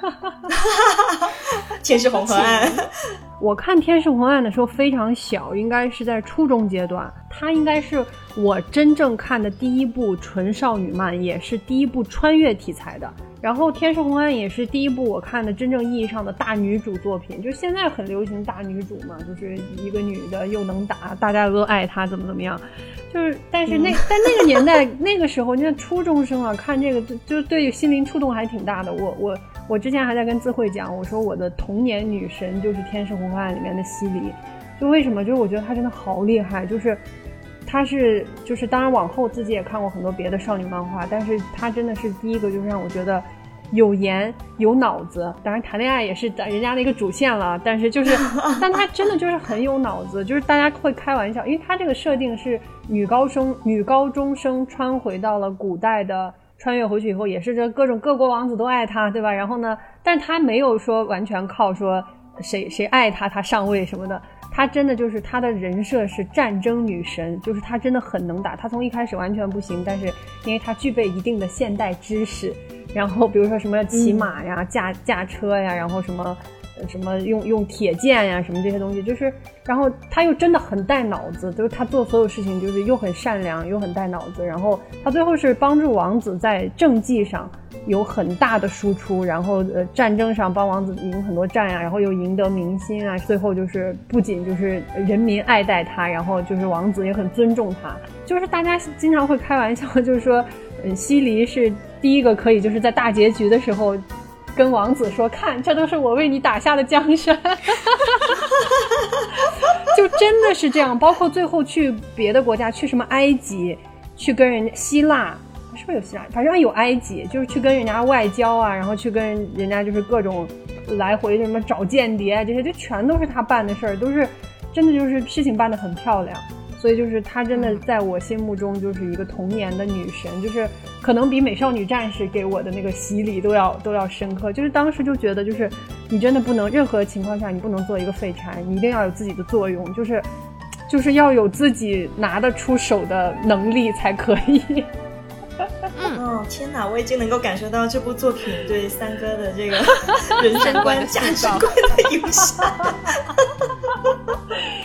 S3: 天使红河岸。
S2: 我看天使红河岸的时候非常小，应该是在初中阶段，它应该是我真正看的第一部纯少女漫，也是第一部穿越题材的。然后天使红河岸也是第一部我看的真正意义上的大女主作品，就现在很流行大女主嘛，就是一个女的又能打，大家都爱她，怎么样，就是但是在那个年代那个时候你看初中生啊，看这个就对心灵触动还挺大的。我之前还在跟智慧讲，我说我的童年女神就是天使红河岸里面的西里。就为什么，就是我觉得她真的好厉害，就是她是就是当然往后自己也看过很多别的少女漫画，但是她真的是第一个就是让我觉得有颜有脑子，当然谈恋爱也是人家的一个主线了，但是就是但她真的就是很有脑子，就是大家会开玩笑，因为她这个设定是女高中生穿回到了古代的，穿越回去以后也是这各国王子都爱她，对吧？然后呢，但是她没有说完全靠说谁爱她她上位什么的，她真的就是她的人设是战争女神，就是她真的很能打，她从一开始完全不行，但是因为她具备一定的现代知识，然后比如说什么骑马呀、驾车呀，然后什么用铁剑呀什么这些东西，就是然后他又真的很带脑子，就是他做所有事情就是又很善良又很带脑子，然后他最后是帮助王子在政绩上有很大的输出，然后战争上帮王子赢很多战呀，然后又赢得民心啊，最后就是不仅就是人民爱戴他，然后就是王子也很尊重他。就是大家经常会开玩笑，就是说西离是第一个可以就是在大结局的时候跟王子说，看这都是我为你打下的江山。就真的是这样，包括最后去别的国家，去什么埃及，去跟人家希腊，是不是有希腊，反正有埃及，就是去跟人家外交啊，然后去跟人家就是各种来回什么找间谍，这些就全都是他办的事儿，都是真的就是事情办得很漂亮。所以就是她真的在我心目中就是一个童年的女神，就是可能比美少女战士给我的那个洗礼都要深刻。就是当时就觉得就是你真的不能任何情况下你不能做一个废柴，你一定要有自己的作用，就是要有自己拿得出手的能力才可以。
S3: 天哪，我已经能够感受到这部作品对三哥的这个人生观价值观的影响。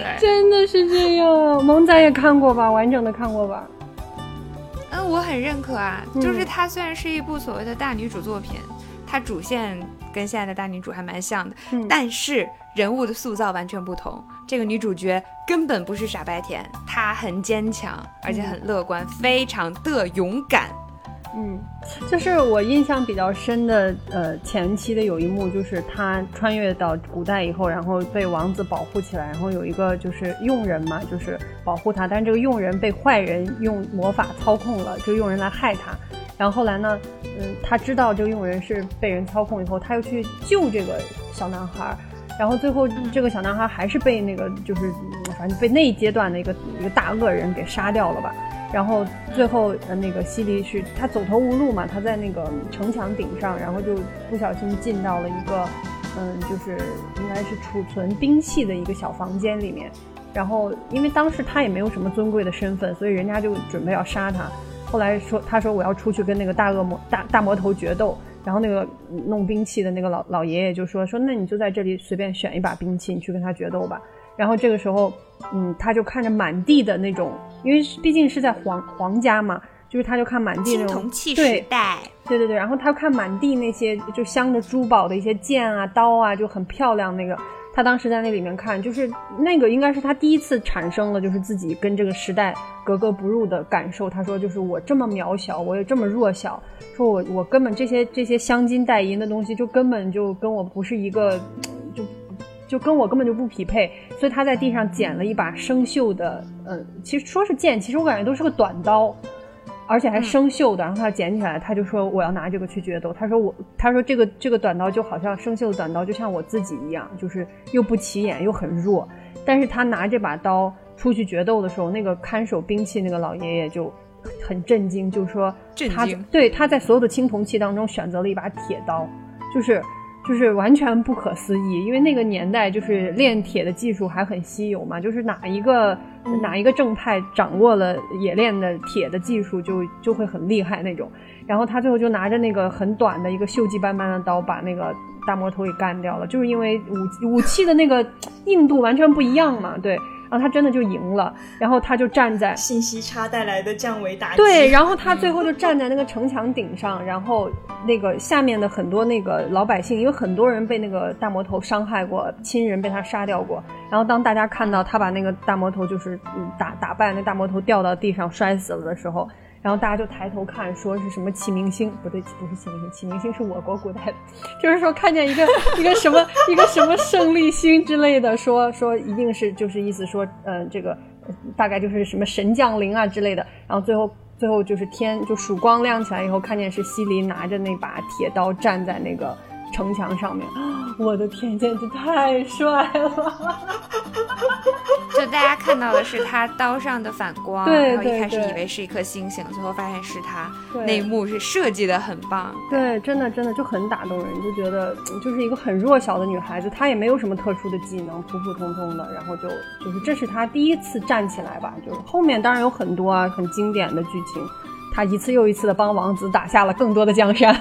S1: 对，
S2: 真的是这样。萌仔也看过吧？完整的看过吧？
S1: 我很认可啊，就是它虽然是一部所谓的大女主作品，它主线跟现在的大女主还蛮像的，但是人物的塑造完全不同。这个女主角根本不是傻白甜，她很坚强，而且很乐观，非常的勇敢。
S2: 就是我印象比较深的，前期的有一幕，就是她穿越到古代以后，然后被王子保护起来，然后有一个就是佣人嘛，就是保护她，但是这个佣人被坏人用魔法操控了，这个佣人来害她。然后后来呢，她知道这个佣人是被人操控以后，她又去救这个小男孩，然后最后这个小男孩还是被那个就是反正被那一阶段的一个大恶人给杀掉了吧。然后最后那个西离是他走投无路嘛，他在那个城墙顶上，然后就不小心进到了一个就是应该是储存兵器的一个小房间里面。然后因为当时他也没有什么尊贵的身份，所以人家就准备要杀他。后来他说我要出去跟那个大魔头决斗，然后那个弄兵器的那个老爷爷就说那你就在这里随便选一把兵器，你去跟他决斗吧。然后这个时候他就看着满地的那种，因为毕竟是在皇家嘛，就是他就看满地那种
S1: 青铜器时代，
S2: 对，然后他看满地那些就镶着珠宝的一些剑啊刀啊，就很漂亮。那个他当时在那里面看，就是那个应该是他第一次产生了就是自己跟这个时代格格不入的感受。他说就是我这么渺小，我也这么弱小，说我根本这些镶金戴银的东西就根本就跟我不是一个就跟我根本就不匹配。所以他在地上捡了一把生锈的其实说是剑，其实我感觉都是个短刀，而且还生锈的。然后他捡起来，他就说我要拿这个去决斗。他说这个短刀就好像生锈的短刀就像我自己一样，就是又不起眼又很弱。但是他拿这把刀出去决斗的时候，那个看守兵器那个老爷爷就很震惊，就说他在所有的青铜器当中选择了一把铁刀，就是完全不可思议。因为那个年代就是炼铁的技术还很稀有嘛，就是哪一个正派掌握了冶炼的铁的技术就会很厉害那种。然后他最后就拿着那个很短的一个锈迹斑斑的刀把那个大魔头给干掉了，就是因为武器的那个硬度完全不一样嘛，对。然后他真的就赢了，然后他就站在
S3: 信息差带来的降维打击，
S2: 对，然后他最后就站在那个城墙顶上，然后那个下面的很多那个老百姓，因为很多人被那个大魔头伤害过，亲人被他杀掉过，然后当大家看到他把那个大魔头就是打败，那大魔头掉到地上摔死了的时候，然后大家就抬头看，说是什么启明星，不对，不是启明星，启明星是我国古代的，就是说看见一个什么胜利星之类的，说一定是就是意思说这个大概就是什么神降临啊之类的。然后最后就是天就曙光亮起来以后，看见是西离拿着那把铁刀站在那个城墙上面，我的天，简直太帅了！
S1: 就大家看到的是他刀上的反光，
S2: 对，
S1: 然后一开始以为是一颗星星，最后发现是他。那一幕是设计的很棒，
S2: 对，真的就很打动人，就觉得就是一个很弱小的女孩子，她也没有什么特殊的技能，普普通通的，然后就是这是她第一次站起来吧，就是后面当然有很多很经典的剧情，她一次又一次的帮王子打下了更多的江山。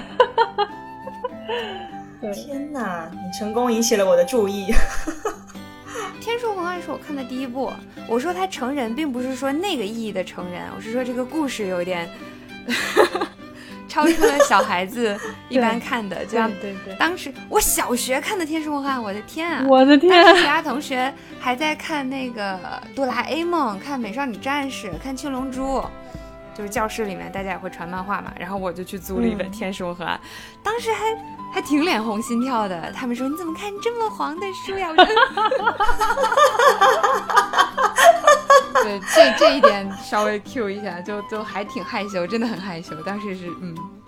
S3: 天哪，你成功引起了我的注意。
S1: 天书文案是我看的第一部，我说它成人并不是说那个意义的成人，我是说这个故事有点超出了小孩子一般看的。就像当时我小学看的天书文案，我的天啊，
S2: 我的天，
S1: 当时其他同学还在看那个哆啦 A 梦，看美少女战士，看青龙珠，就是教室里面大家也会传漫画嘛，然后我就去租了一本天书文案，当时还挺脸红心跳的。他们说你怎么看这么黄的书呀？对，这一点稍微 Q 一下，就还挺害羞，真的很害羞。当时是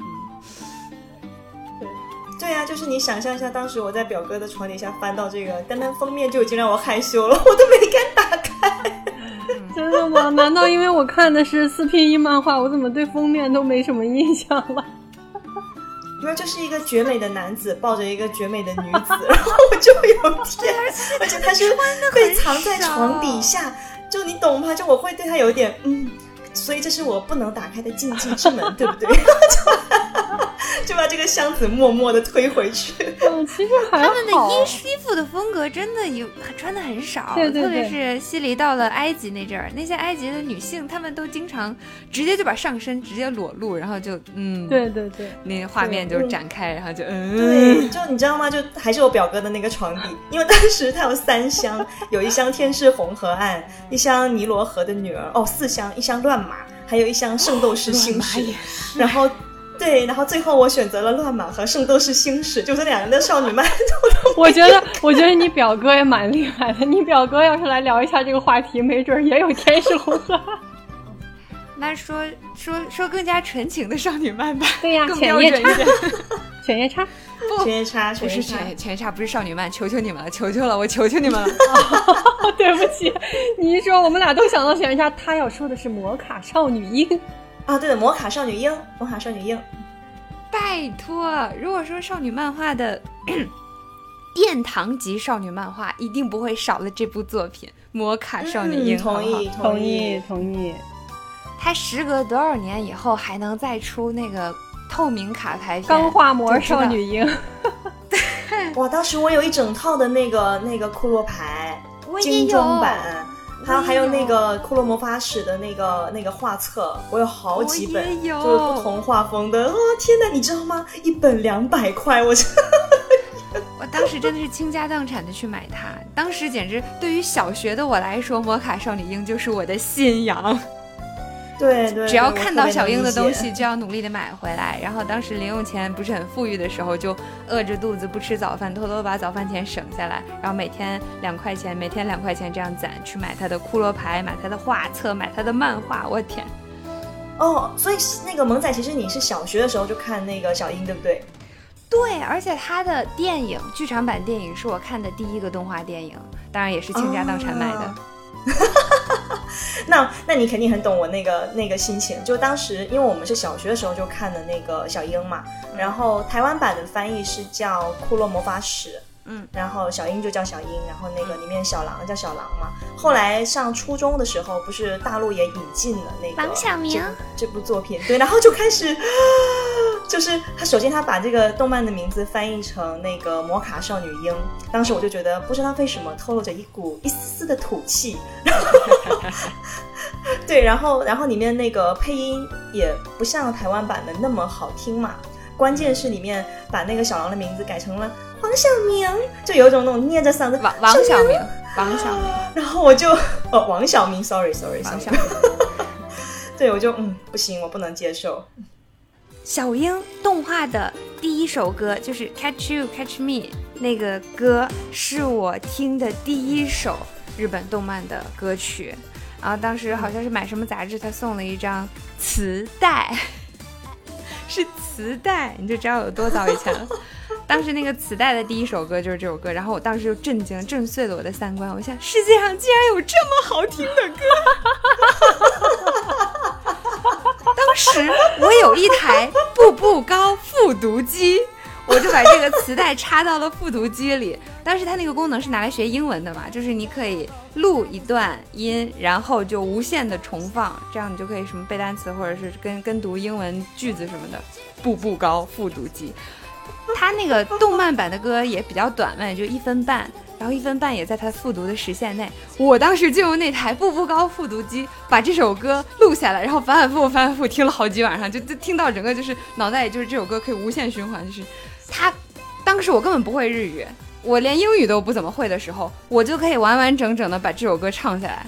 S3: 对啊，就是你想象一下，当时我在表哥的床底下翻到这个，单单封面就已经让我害羞了，我都没敢打开。
S2: 真的吗？难道因为我看的是4P1漫画，我怎么对封面都没什么印象了？
S3: 因为这是一个绝美的男子抱着一个绝美的女子，然后我就有点，而且他是被藏在床底下，就你懂吗？就我会对他有点所以这是我不能打开的禁忌之门，对不对？ 就把这个箱子默默的推回去。
S2: 其实还好。
S1: 他们的衣服的风格真的穿的很少，
S2: 对，
S1: 特别是西离到了埃及那阵儿，那些埃及的女性，她们都经常直接就把上身直接裸露，然后就
S2: 对，
S1: 那画面就展开，然后就
S3: 对，就你知道吗？就还是我表哥的那个床底，因为当时他有3箱，有一箱天是红河岸，一箱尼罗河的女儿，4箱，一箱乱马，还有一箱圣斗士星矢，然后最后我选择了乱马和圣斗士星矢，就是2人的少女漫。
S2: 我觉得你表哥也蛮厉害的，你表哥要是来聊一下这个话题，没准也有天使红河。
S1: 那说更加纯情的少女漫吧。
S2: 对呀，
S1: 更标准一点。
S2: 犬夜叉
S1: 不是犬夜叉，不是少女漫，求求你们了，求求了，我求求你们了。
S2: 对不起，你一说我们俩都想到犬夜叉，他要说的是魔卡少女樱
S3: 啊，对的，魔卡少女樱。
S1: 拜托，如果说少女漫画的殿堂级少女漫画，一定不会少了这部作品《魔卡少女樱》。
S3: 同意。
S1: 它时隔多少年以后还能再出那个透明卡牌片？
S2: 钢化魔少女樱。
S3: 哇，当时我有一整套的那个库洛牌精装版，还有那个库洛魔法使的那个画册，我有好几本，就是不同画风的。天哪，你知道吗？一本200块，我
S1: 当时真的是倾家荡产的去买它。当时简直对于小学的我来说，魔卡少女樱就是我的信仰。
S3: 对，
S1: 只要看到小樱的东西就要努力的买回来。然后当时零用钱不是很富裕的时候，就饿着肚子不吃早饭，偷偷把早饭钱省下来，然后每天2块钱这样攒，去买他的骷髅牌，买他的画册，买他的漫画。我天！
S3: 所以那个萌仔，其实你是小学的时候就看那个小樱，对不对？
S1: 对，而且他的电影剧场版电影是我看的第一个动画电影，当然也是倾家荡产买的。
S3: 那你肯定很懂我那个心情。就当时因为我们是小学的时候就看的那个小樱嘛，然后台湾版的翻译是叫库洛魔法使，然后小樱就叫小樱，然后那个里面小狼叫小狼嘛。后来上初中的时候，不是大陆也引进了那个
S1: 王小明
S3: 这部作品，对，然后就开始就是首先他把这个动漫的名字翻译成那个魔卡少女樱，当时我就觉得不知道为什么透露着一丝丝的土气。对，然后里面那个配音也不像台湾版的那么好听嘛，关键是里面把那个小狼的名字改成了黄晓明，就有一种那种捏着嗓子
S1: 王晓明，
S3: 然后我就王晓明 sorry
S1: 王晓明
S3: 对，我就不行，我不能接受。
S1: 小樱动画的第一首歌就是 Catch You Catch Me， 那个歌是我听的第一首日本动漫的歌曲，然后当时好像是买什么杂志，他送了一张磁带，是磁带，你就知道有多早以前了。当时那个磁带的第一首歌就是这首歌，然后我当时就震惊，震碎了我的三观。我想，世界上竟然有这么好听的歌！当时我有一台步步高复读机，我就把这个磁带插到了复读机里。当时它那个功能是拿来学英文的嘛，就是你可以录一段音，然后就无限的重放，这样你就可以什么背单词或者是跟读英文句子什么的。步步高复读机，它那个动漫版的歌也比较短嘛，也就1分半，然后1分半也在它复读的时限内。我当时就用那台步步高复读机把这首歌录下来，然后反反复听了好几晚上，就听到整个就是脑袋里就是这首歌可以无限循环。就是它当时我根本不会日语，我连英语都不怎么会的时候，我就可以完完整整的把这首歌唱下来，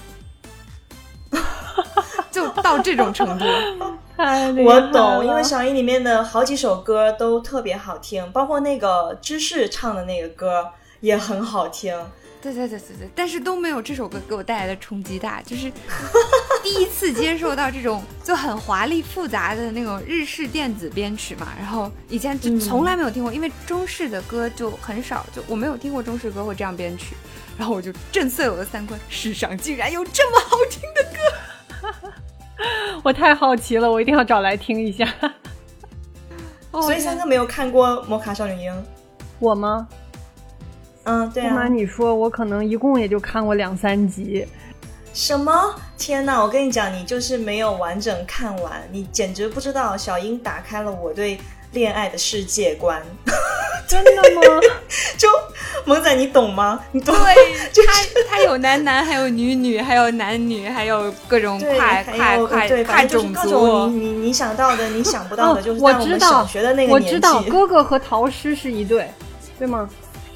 S1: 就到这种程度。
S3: 我懂，因为小樱里面的好几首歌都特别好听，包括那个芝士唱的那个歌也很好听。
S1: 对，但是都没有这首歌给我带来的冲击大，就是第一次接受到这种就很华丽复杂的那种日式电子编曲嘛，然后以前就从来没有听过，因为中式的歌就很少，就我没有听过中式歌会这样编曲，然后我就震碎了我的三观，世上竟然有这么好听的歌。
S2: 我太好奇了，我一定要找来听一下。
S3: 所以三哥没有看过《魔卡少女樱》？
S2: 我吗？
S3: 对啊。
S2: 不瞒你说，我可能一共也就看过2-3集。
S3: 什么？天哪！我跟你讲，你就是没有完整看完，你简直不知道小樱打开了我对恋爱的世界观。
S2: 真的吗？
S3: 就萌仔你懂吗？你懂？
S1: 对，他有男还有女还有男女，还有各种跨种族，
S3: 你想到的你想不到的，就是在
S2: 我
S3: 们小学的那个年纪。
S2: 我知道哥哥和桃矢是一对，对吗？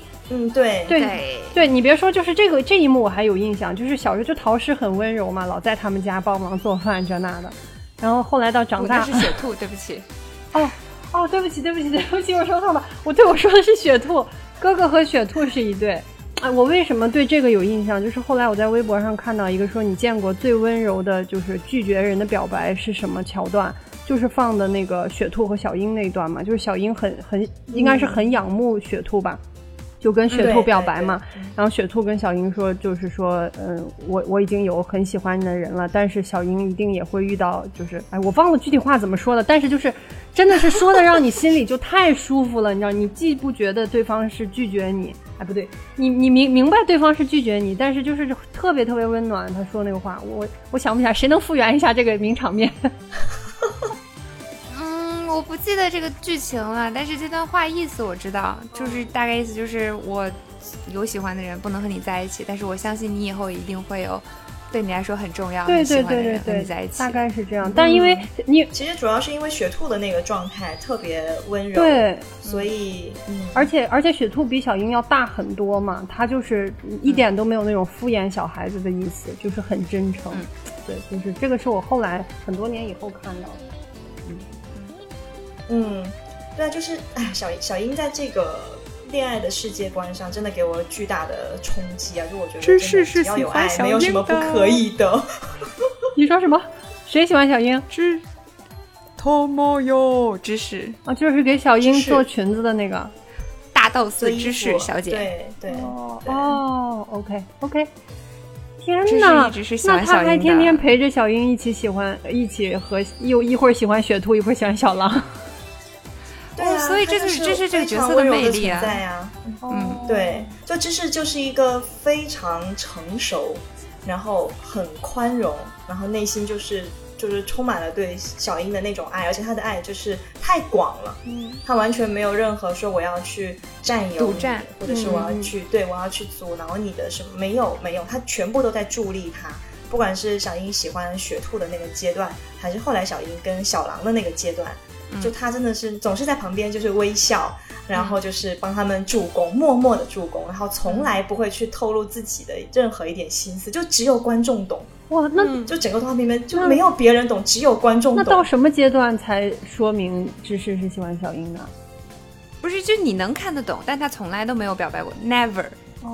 S3: 对，
S2: 你别说，就是这一幕我还有印象，就是小时候就桃矢很温柔嘛，老在他们家帮忙做饭这那的，然后后来到长大
S1: 是雪兔，对不起。
S2: 哦，对不起，我说错了，我说的是雪兔，哥哥和雪兔是一对。我为什么对这个有印象？就是后来我在微博上看到一个说，你见过最温柔的就是拒绝人的表白是什么桥段？就是放的那个雪兔和小樱那一段嘛，就是小樱很应该是很仰慕雪兔吧。就跟雪兔表白嘛，然后雪兔跟小樱说，就是说，我已经有很喜欢的人了，但是小樱一定也会遇到，就是我忘了具体话怎么说的，但是就是真的是说的让你心里就太舒服了，你知道，你既不觉得对方是拒绝你，不对，你明白对方是拒绝你，但是就是特别特别温暖。他说那个话，我想不起来，谁能复原一下这个名场面？
S1: 我不记得这个剧情了，但是这段话意思我知道，就是大概意思就是我有喜欢的人不能和你在一起，但是我相信你以后一定会有对你来说很重要很喜欢的人和你在一起，
S2: 大概是这样。但因为你
S3: 其实主要是因为雪兔的那个状态特别温柔，
S2: 对，
S3: 所以
S2: 而且雪兔比小樱要大很多嘛，她就是一点都没有那种敷衍小孩子的意思，就是很真诚。对，就是这个是我后来很多年以后看到的。
S3: 对啊，就是小樱在这个恋爱的世界观上真的给我巨大的冲击啊！就我觉得真的只要有爱，没有什么不可以的。
S2: 你说什么？谁喜欢小樱？
S1: 芝士
S2: 啊，就是给小樱做裙子的那个
S1: 大豆丝芝士小姐。
S3: 对。
S2: OK。天哪，那他还天天陪着小樱一起和一会儿喜欢雪兔，一会儿喜欢小狼。
S3: 对啊，
S1: 所以这就是芝士这个角色的魅力
S3: 啊！对，就芝士就是一个非常成熟，然后很宽容，然后内心就是充满了对小樱的那种爱，而且他的爱就是太广了，他完全没有任何说我要去占有你，或者是我要去阻挠你的什么，没有，他全部都在助力他。不管是小樱喜欢雪兔的那个阶段，还是后来小樱跟小狼的那个阶段，就他真的是总是在旁边就是微笑，然后就是帮他们助攻，默默的助攻，然后从来不会去透露自己的任何一点心思，就只有观众懂。
S2: 哇，那
S3: 就整个动画片里面就没有别人懂，只有观众懂。
S2: 那到什么阶段才说明芝士是喜欢小樱的？
S1: 不是，就你能看得懂，但他从来都没有表白过 ，never。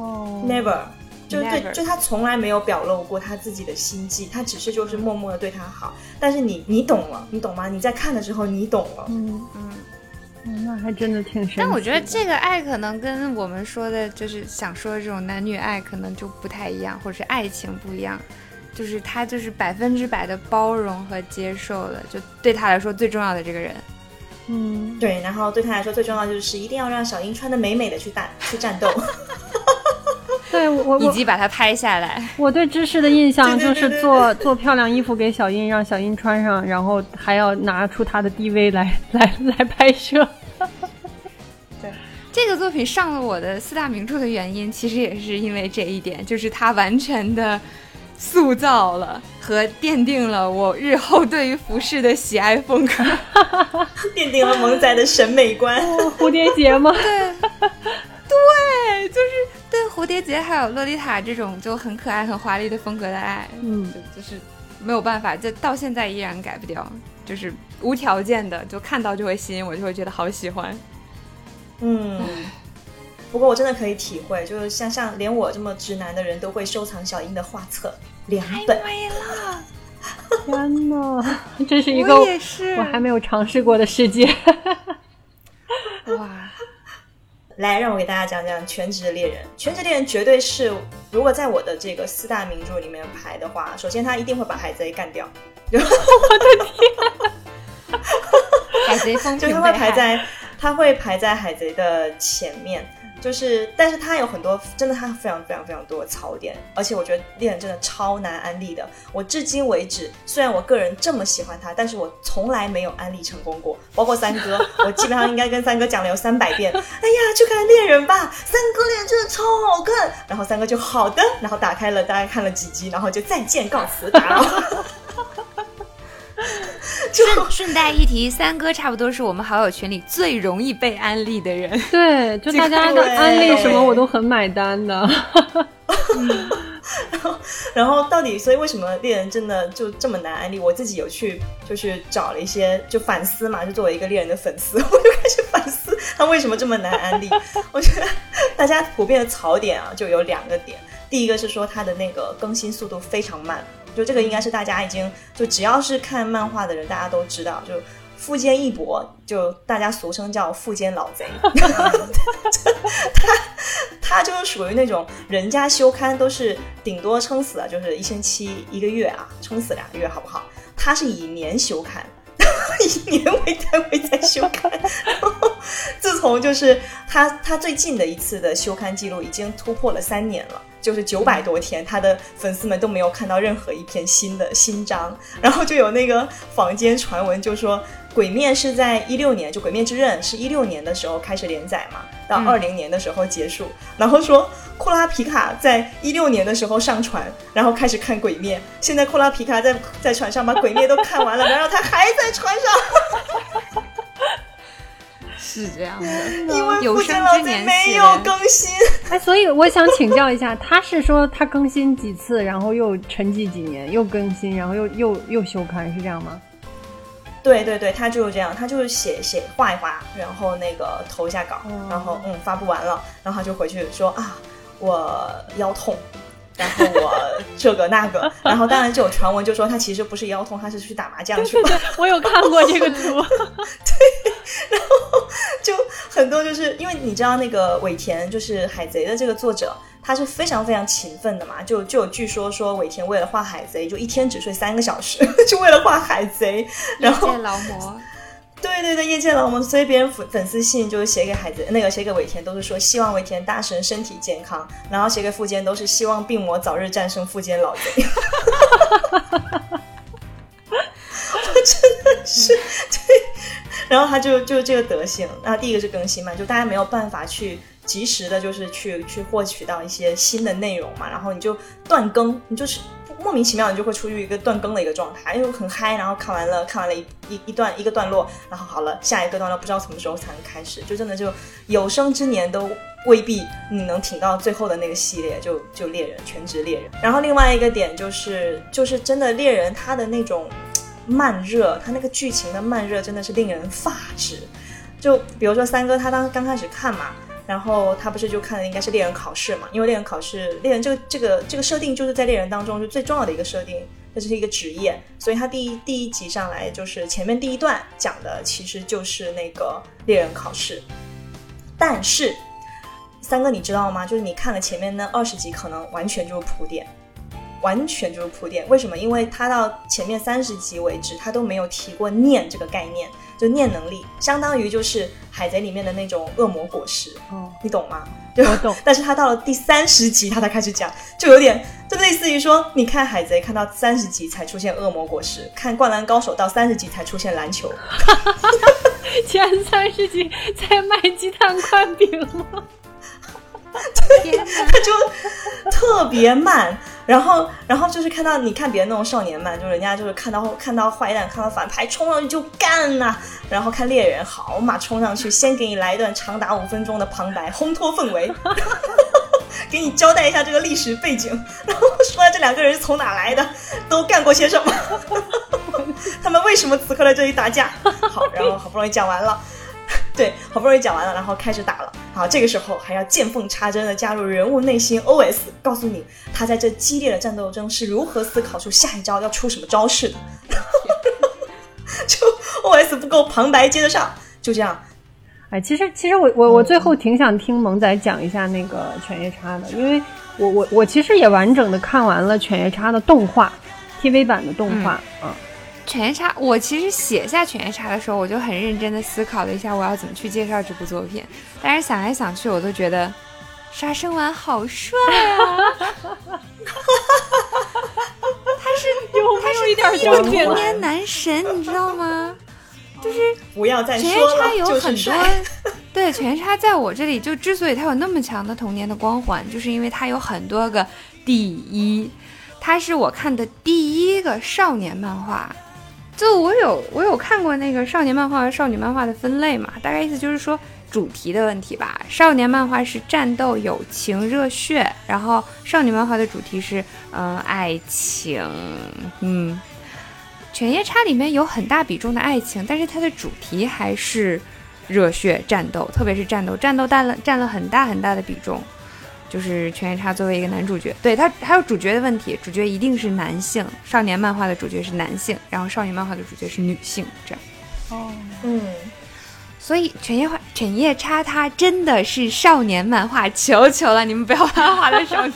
S3: 就他从来没有表露过他自己的心迹，他只是就是默默的对他好。但是你懂了，你懂吗？你在看的时候你懂了。
S2: 那还真的挺神奇的。
S1: 但我觉得这个爱可能跟我们说的就是想说的这种男女爱可能就不太一样，或者是爱情不一样，就是他就是100%的包容和接受了，就对他来说最重要的这个人。
S3: 对，然后对他来说最重要的就是一定要让小樱穿得美美的去战斗。
S2: 对，我
S1: 以及把它拍下来。
S2: 我对芝士的印象就是做漂亮衣服给小樱，让小樱穿上，然后还要拿出她的 DV 来拍摄。
S1: 对，这个作品上了我的4大名著的原因，其实也是因为这一点，就是它完全的塑造了和奠定了我日后对于服饰的喜爱风格，
S3: 奠定了萌仔的审美观。
S2: 蝴蝶结吗？
S1: 对，就是对蝴蝶结还有洛丽塔这种就很可爱很华丽的风格的爱，就是没有办法，这到现在依然改不掉，就是无条件的，就看到就会吸引我，就会觉得好喜欢。
S3: 不过我真的可以体会，就是像连我这么直男的人都会收藏小樱的画册2本。
S1: 太美了！
S2: 天哪，这是一个我还没有尝试过的世界。
S1: 哇！
S3: 来，让我给大家讲讲《全职猎人》。《全职猎人》绝对是，如果在我的这个4大名著里面排的话，首先他一定会把海贼干掉。
S2: 我的天！
S1: 海贼风评
S3: 就他会排在海贼的前面。 但是它有很多真的，它非常非常非常多的槽点，而且我觉得猎人真的超难安利的。我至今为止，虽然我个人这么喜欢它，但是我从来没有安利成功过。包括三哥，我基本上应该跟三哥讲了有300遍，哎呀，去看猎人吧，三哥猎人真的超好看。然后三哥就好的，然后打开了，大概看了几集，然后就再见告辞打扰。
S1: 顺带一提，三哥差不多是我们好友群里最容易被安利的人。
S2: 对，就大家的安利什么我都很买单的。
S3: 然后到底，所以为什么猎人真的就这么难安利？我自己有去就是找了一些就反思嘛，就作为一个猎人的粉丝，我就开始反思他为什么这么难安利。我觉得大家普遍的槽点啊，就有2个点。第一个是说它的那个更新速度非常慢，就这个应该是大家已经就只要是看漫画的人大家都知道，就富坚义博，就大家俗称叫富坚老贼。他就是属于那种人家休刊都是顶多撑死了就是1星期1个月啊，撑死2个月好不好？他是以年休刊。以年为单位在休刊，然后自从就是他最近的一次的休刊记录已经突破了3年了，就是900多天，他的粉丝们都没有看到任何一篇新章。然后就有那个坊间传闻就说鬼灭是在16年，就鬼灭之刃是16年的时候开始连载嘛，到20年的时候结束。然后说库拉皮卡在16年的时候上船，然后开始看鬼灭，现在库拉皮卡在船上把鬼灭都看完了，然后他还在船上。
S1: 是这样的，
S3: 因为富坚老贼没有更新。
S2: 哎，所以我想请教一下，他是说他更新几次，然后又沉寂几年，又更新，然后又休刊，是这样吗？
S3: 对对对，他就是这样，他就是写画一画，然后那个投一下稿，然后发布完了，然后他就回去说啊，我腰痛，然后我这个那个，然后当然就有传闻就说他其实不是腰痛，他是去打麻将去了。
S2: 对对对，我有看过这个图。
S3: 对，然后就很多就是因为你知道那个尾田就是海贼的这个作者，他是非常非常勤奋的嘛，就有据说尾田为了画海贼就一天只睡3个小时，就为了画海贼，然后
S1: 业界劳模。
S3: 对对对，业界劳模，所以别人粉丝信就是写给海贼，那个写给尾田都是说希望尾田大神身体健康，然后写给富坚都是希望病魔早日战胜富坚老贼。我真的是对，然后他就这个德行。然后第一个是更新嘛，就大家没有办法去及时的就是去获取到一些新的内容嘛，然后你就断更，你就是莫名其妙你就会处于一个断更的一个状态，因为很嗨，然后看完了一个段落，然后好了，下一个段落不知道什么时候才能开始，就真的就有生之年都未必你能挺到最后的那个系列，就猎人，全职猎人。然后另外一个点就是真的猎人他的那种慢热，他那个剧情的慢热真的是令人发指。就比如说三哥他刚开始看嘛，然后他不是就看的应该是猎人考试嘛，因为猎人考试，猎人这个设定就是在猎人当中是最重要的一个设定，这是一个职业，所以他第一集上来就是前面第一段讲的其实就是那个猎人考试。但是三哥你知道吗，就是你看了前面那20集可能完全就是铺垫，完全就是铺垫。为什么？因为他到前面30集为止他都没有提过念这个概念，就念能力相当于就是海贼里面的那种恶魔果实，你懂吗？
S2: 我懂。
S3: 但是他到了第30集他才开始讲，就有点就类似于说你看海贼看到30集才出现恶魔果实，看灌篮高手到30集才出现篮球。
S2: 前30集在卖鸡蛋宽饼吗？
S3: 对，他就特别慢，然后就是看到你看别人那种少年漫，就人家就是看到坏蛋看到反派冲上去就干呐，然后看猎人好嘛，冲上去先给你来一段长达5分钟的旁白烘托氛围，给你交代一下这个历史背景，然后说这2个人是从哪来的，都干过些什么，他们为什么此刻在这里打架。好，然后好不容易讲完了，对，好不容易讲完了，然后开始打了。好，这个时候还要见缝插针的加入人物内心 OS， 告诉你他在这激烈的战斗中是如何思考出下一招要出什么招式的。就 OS 不够，旁白接得上，就这样。
S2: 哎，其实我最后挺想听萌仔讲一下那个犬夜叉的，因为我其实也完整的看完了犬夜叉的动画 TV 版的动画
S1: 犬夜叉，我其实写下犬夜叉的时候，我就很认真的思考了一下我要怎么去介绍这部作品，但是想来想去我都觉得杀生丸好帅啊他是
S2: 一点
S1: 童年男神你知道吗？就是
S3: 不要再说了，
S1: 犬夜叉有很多、
S3: 就是帅
S1: 对，犬夜叉在我这里就之所以它有那么强的童年的光环，就是因为它有很多个第一，它是我看的第一个少年漫画。就我有看过那个少年漫画和少女漫画的分类嘛，大概意思就是说主题的问题吧。少年漫画是战斗、友情、热血，然后少女漫画的主题是爱情。犬夜叉里面有很大比重的爱情，但是它的主题还是热血战斗，特别是战斗占了很大很大的比重。就是犬夜叉作为一个男主角，对，他还有主角的问题，主角一定是男性，少年漫画的主角是男性，然后少女漫画的主角是女性，这样。所以犬夜叉它真的是少年漫画，求求了，你们不要把它画的少女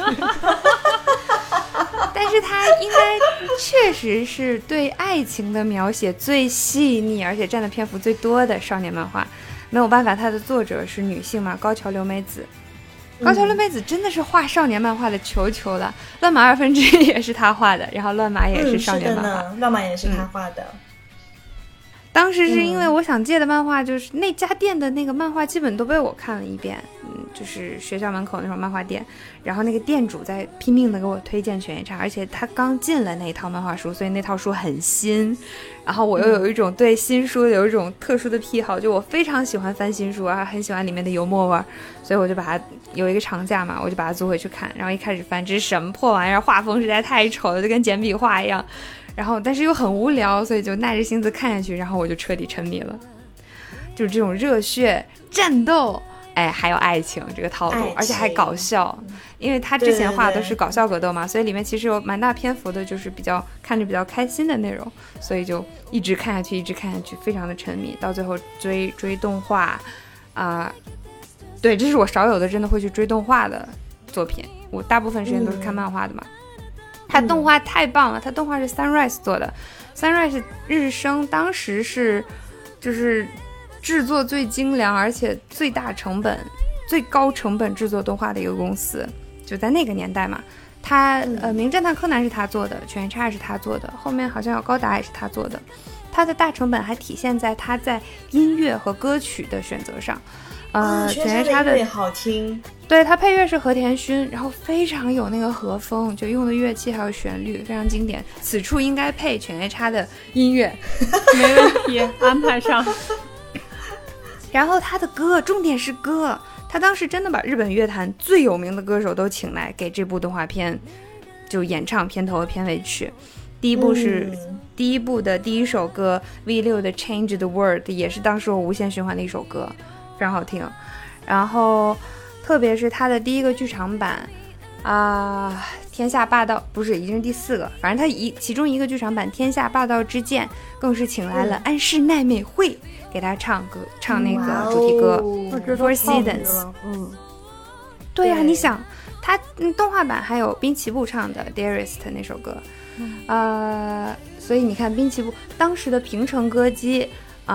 S1: 但是它应该确实是对爱情的描写最细腻，而且占的篇幅最多的少年漫画。没有办法，它的作者是女性嘛，高桥留美子。高桥留美子真的是画少年漫画的，求求了。乱马1/2也是他画的，然后乱马也是少年漫画，
S3: 乱马也是他画的。
S1: 当时是因为我想借的漫画，就是那家店的那个漫画基本都被我看了一遍，就是学校门口那种漫画店，然后那个店主在拼命的给我推荐犬夜叉，而且他刚进了那一套漫画书，所以那套书很新，然后我又有一种对新书有一种特殊的癖好，就我非常喜欢翻新书啊，很喜欢里面的油墨味，所以我就把它有一个长假嘛，我就把它租回去看，然后一开始翻，这是什么破玩意儿，画风实在太丑了，就跟简笔画一样，然后但是又很无聊，所以就耐着性子看下去，然后我就彻底沉迷了，就是这种热血战斗，哎，还有爱情这个套路，而且还搞笑，因为他之前画的都是搞笑格斗嘛，所以里面其实有蛮大篇幅的就是比较看着比较开心的内容，所以就一直看下去，非常的沉迷，到最后追动画对，这是我少有的真的会去追动画的作品，我大部分时间都是看漫画的嘛。它动画太棒了，它动画是 Sunrise 做的， Sunrise 日升当时是就是制作最精良而且最高成本制作动画的一个公司，就在那个年代嘛。他名侦探柯南是他做的，犬夜叉也是他做的，后面好像有高达也是他做的。他的大成本还体现在他在音乐和歌曲的选择上。犬夜叉的
S3: 好听，
S1: 对，他配乐是和田薰，然后非常有那个和风，就用的乐器还有旋律非常经典，此处应该配犬夜叉的音乐
S2: 没问题，安排上。
S1: 然后他的歌，重点是歌，他当时真的把日本乐坛最有名的歌手都请来给这部动画片就演唱片头和片尾曲。第一部的第一首歌 V6 的 Change the World 也是当时我无限循环的一首歌，非常好听。然后特别是他的第一个剧场版天下霸道，不是，已经是第4个，反正他其中一个剧场版天下霸道之剑更是请来了安室奈美惠给他唱那个主题歌Four Seasons。对呀，你想他动画版还有滨崎步唱的 Dearest 那首歌，所以你看滨崎步当时的平成歌姬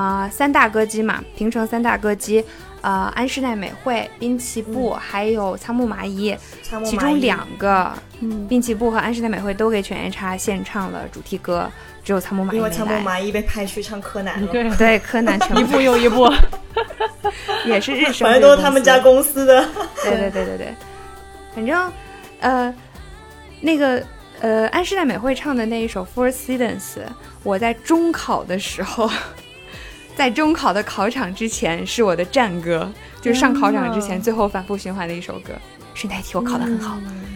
S1: 3大歌姬嘛，平成3大歌姬安室奈美惠、滨崎步还有仓木麻衣，其中2个滨崎步和安室奈美惠都给犬夜叉献唱了主题歌，只有仓木麻衣没来，
S3: 因为仓木麻衣被派去唱柯南了。
S1: 对，柯南一
S2: 部又一部
S1: 也是日升，
S3: 反正都是他们家公司的。
S1: 对，反正那个安室奈美惠唱的那一首 Four Seasons， 我在中考的时候在中考的考场之前是我的战歌，就是上考场之前最后反复循环的一首歌。顺带提，我考得很好。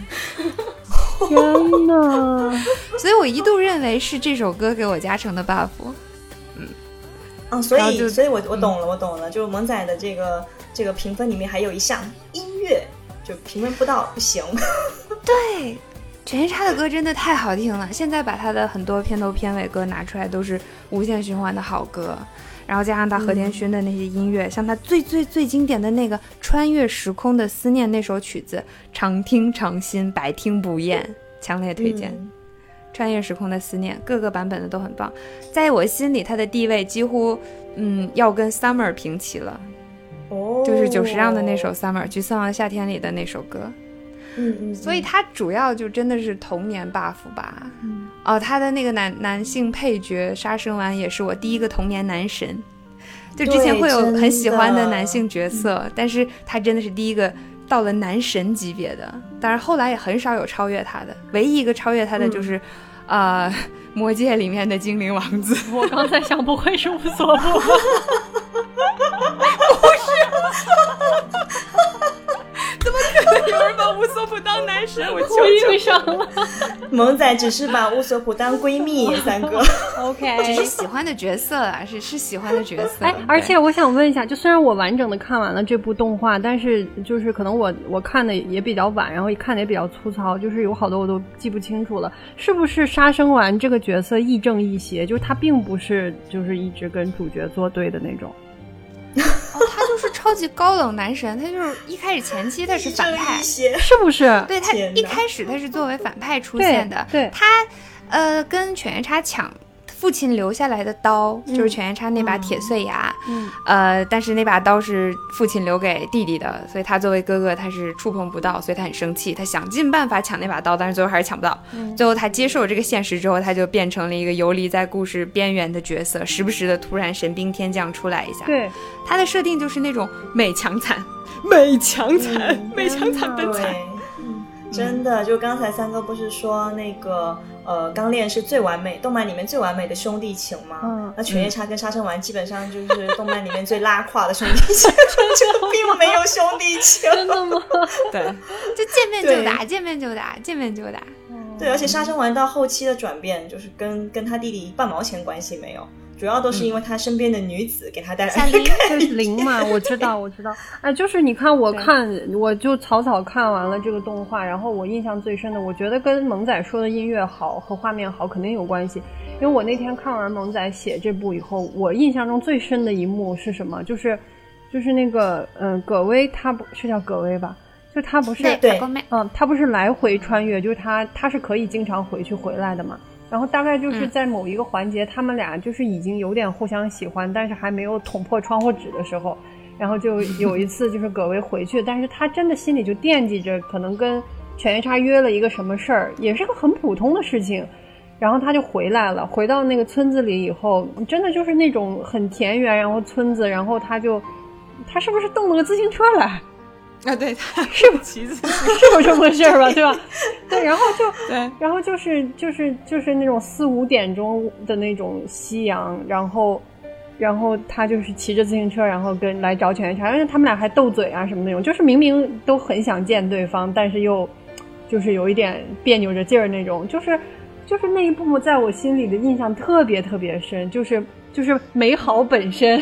S2: 天哪！
S1: 所以我一度认为是这首歌给我加成的 buff。
S3: 所以我懂了，就萌仔的这个评分里面还有一项音乐，就评分不到不行。
S1: 对，犬夜叉的歌真的太好听了，现在把他的很多片头片尾歌拿出来都是无限循环的好歌，然后加上他和田薰的那些音乐，像他最经典的那个穿越时空的思念那首曲子，常听常新，百听不厌，强烈推荐。 穿越时空的思念，各个版本的都很棒。在我心里，他的地位几乎要跟 Summer 平齐了。就是久石让的那首 Summer 橘色王的夏天里的那首歌。所以他主要就真的是童年 buff 吧。他的那个男性配角杀生丸也是我第一个童年男神。就之前会有很喜欢的男性角色，但是他真的是第一个到了男神级别的。当然后来也很少有超越他的，唯一一个超越他的就是魔戒里面的精灵王子。
S2: 我刚才想不会是乌索普。
S1: 不是。怎么可能有人把乌索普当男神？我求
S2: 遇上了。
S3: 萌仔只是把乌索普当闺蜜三个。
S2: OK，
S1: 只是喜欢的角色啊，是喜欢的角色。
S2: 而且我想问一下，就虽然我完整的看完了这部动画，但是就是可能我看的也比较晚，然后看的也比较粗糙，就是有好多我都记不清楚了。是不是杀生丸这个角色亦正亦邪？就是他并不是就是一直跟主角作对的那种。
S1: 他就是超级高冷男神，他就是一开始前期他是反派，
S2: 是不是？
S1: 对，他一开始他是作为反派出现的。
S2: 对，
S1: 他跟犬夜叉抢父亲留下来的刀，就是犬夜叉那把铁碎牙。但是那把刀是父亲留给弟弟的，所以他作为哥哥他是触碰不到，所以他很生气，他想尽办法抢那把刀，但是最后还是抢不到。最后他接受这个现实之后，他就变成了一个游离在故事边缘的角色，时不时的突然神兵天降出来一下。
S2: 对，
S1: 他的设定就是那种美强惨，美强惨，美强惨奔惨。
S3: 真的，就刚才三哥不是说那个钢炼是最完美，动漫里面最完美的兄弟情吗？那犬夜叉跟杀生丸基本上就是动漫里面最拉胯的兄弟情，就并没有兄弟情。
S2: 真的吗？
S1: 对，就见面就打，见面就打，见面就打。
S3: 对，而且杀生丸到后期的转变，就是跟他弟弟半毛钱关系没有。主要都是因为他身边的女子给他带来的
S2: 就是零嘛，我知道。哎，就是你看，我就草草看完了这个动画，然后我印象最深的，我觉得跟萌仔说的音乐好和画面好肯定有关系。因为我那天看完萌仔写这部以后，我印象中最深的一幕是什么？就是那个葛薇，他不是叫葛薇吧？就他不是
S3: 对，
S2: 他不是来回穿越，就是他是可以经常回来的嘛。然后大概就是在某一个环节，他们俩就是已经有点互相喜欢，但是还没有捅破窗户纸的时候，然后就有一次就是葛薇回去，但是他真的心里就惦记着，可能跟犬夜叉约了一个什么事儿，也是个很普通的事情，然后他就回来了，回到那个村子里以后，真的就是那种很田园，然后村子，然后他是不是动了个自行车来？
S1: 对，
S2: 是不骑自行车，是有这么个事儿吧，对吧？对，然后就是那种4-5点钟的那种夕阳，然后他就是骑着自行车，然后来找犬夜叉，而且他们俩还斗嘴啊什么那种，就是明明都很想见对方，但是又就是有一点别扭着劲儿那种，就是那一部在我心里的印象特别特别深，就是美好本身。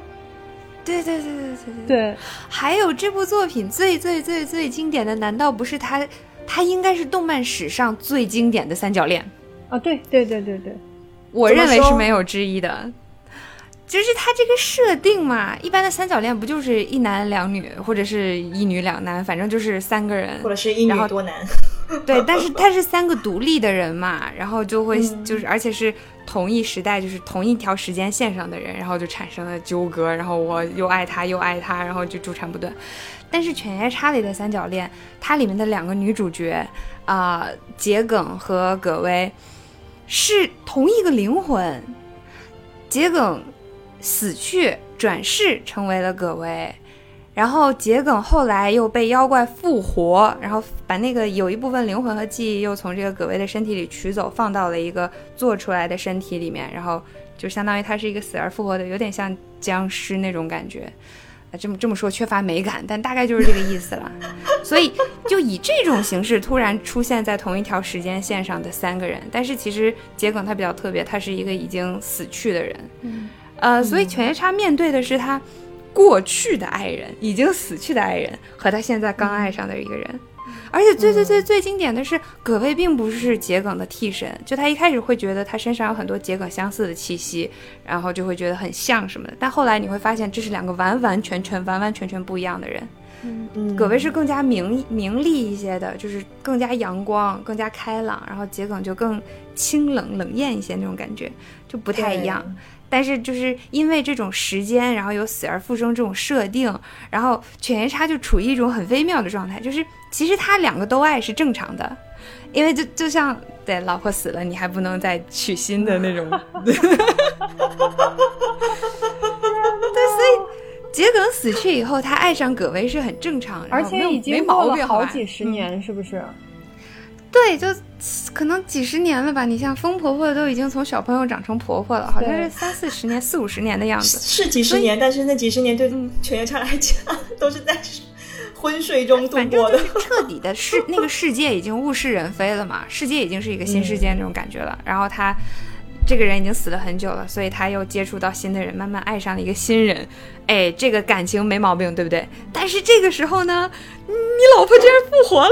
S2: 对，
S1: 还有这部作品最经典的，难道不是它应该是动漫史上最经典的三角恋
S2: 啊？对，
S1: 我认为是没有之一的。就是它这个设定嘛，一般的三角恋不就是一男两女，或者是一女两男，反正就是3个人，
S3: 或者是一女多男。
S1: 对，但是他是3个独立的人嘛，然后就会就是而且是同一时代，就是同一条时间线上的人，然后就产生了纠葛，然后我又爱他，然后就纠缠不断。但是犬夜叉里的三角恋，它里面的2个女主角桔梗和葛薇是同一个灵魂，桔梗死去转世成为了葛薇，然后桔梗后来又被妖怪复活，然后把那个有一部分灵魂和记忆又从这个葛薇的身体里取走，放到了一个做出来的身体里面，然后就相当于它是一个死而复活的，有点像僵尸那种感觉。这么说缺乏美感，但大概就是这个意思了。所以就以这种形式突然出现在同一条时间线上的3个人，但是其实桔梗他比较特别，他是一个已经死去的人。所以犬夜叉面对的是他过去的爱人，已经死去的爱人和他现在刚爱上的一个人。 而且最经典的是，葛薇并不是桔梗的替身，就他一开始会觉得他身上有很多桔梗相似的气息，然后就会觉得很像什么的，但后来你会发现这是两个完完全全不一样的人。葛薇是更加明丽一些的，就是更加阳光更加开朗，然后桔梗就更清冷艳一些，那种感觉就不太一样。但是就是因为这种时间，然后有死而复生这种设定，然后犬夜叉就处于一种很微妙的状态，就是其实他两个都爱是正常的，因为就像对老婆死了你还不能再娶新的那种对，所以桔梗死去以后他爱上葛薇是很正常，
S2: 而且已经过了好几十年，是不是？
S1: 对，就可能几十年了吧。你像疯婆婆都已经从小朋友长成婆婆了，好像是30-40年、40-50年的样子。
S3: 是几十年，但是那几十年对犬夜叉来讲，都是在昏睡中度过的。反正
S1: 就是彻底的那个世界已经物是人非了嘛，世界已经是一个新世界那种感觉了。然后他这个人已经死了很久了，所以他又接触到新的人，慢慢爱上了一个新人。哎，这个感情没毛病，对不对？但是这个时候呢，你老婆竟然复活了。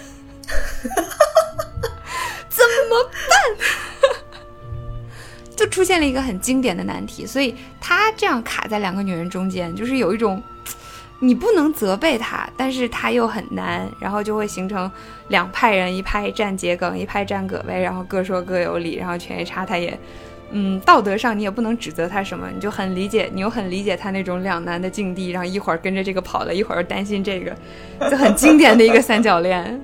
S1: 怎么办？就出现了一个很经典的难题，所以他这样卡在两个女人中间，就是有一种你不能责备他，但是他又很难，然后就会形成两派人，一派站桔梗，一派站葛薇，然后各说各有理，然后犬夜叉他也道德上你也不能指责他什么，你又很理解他那种两难的境地，然后一会儿跟着这个跑了，一会儿又担心这个，就很经典的一个三角恋。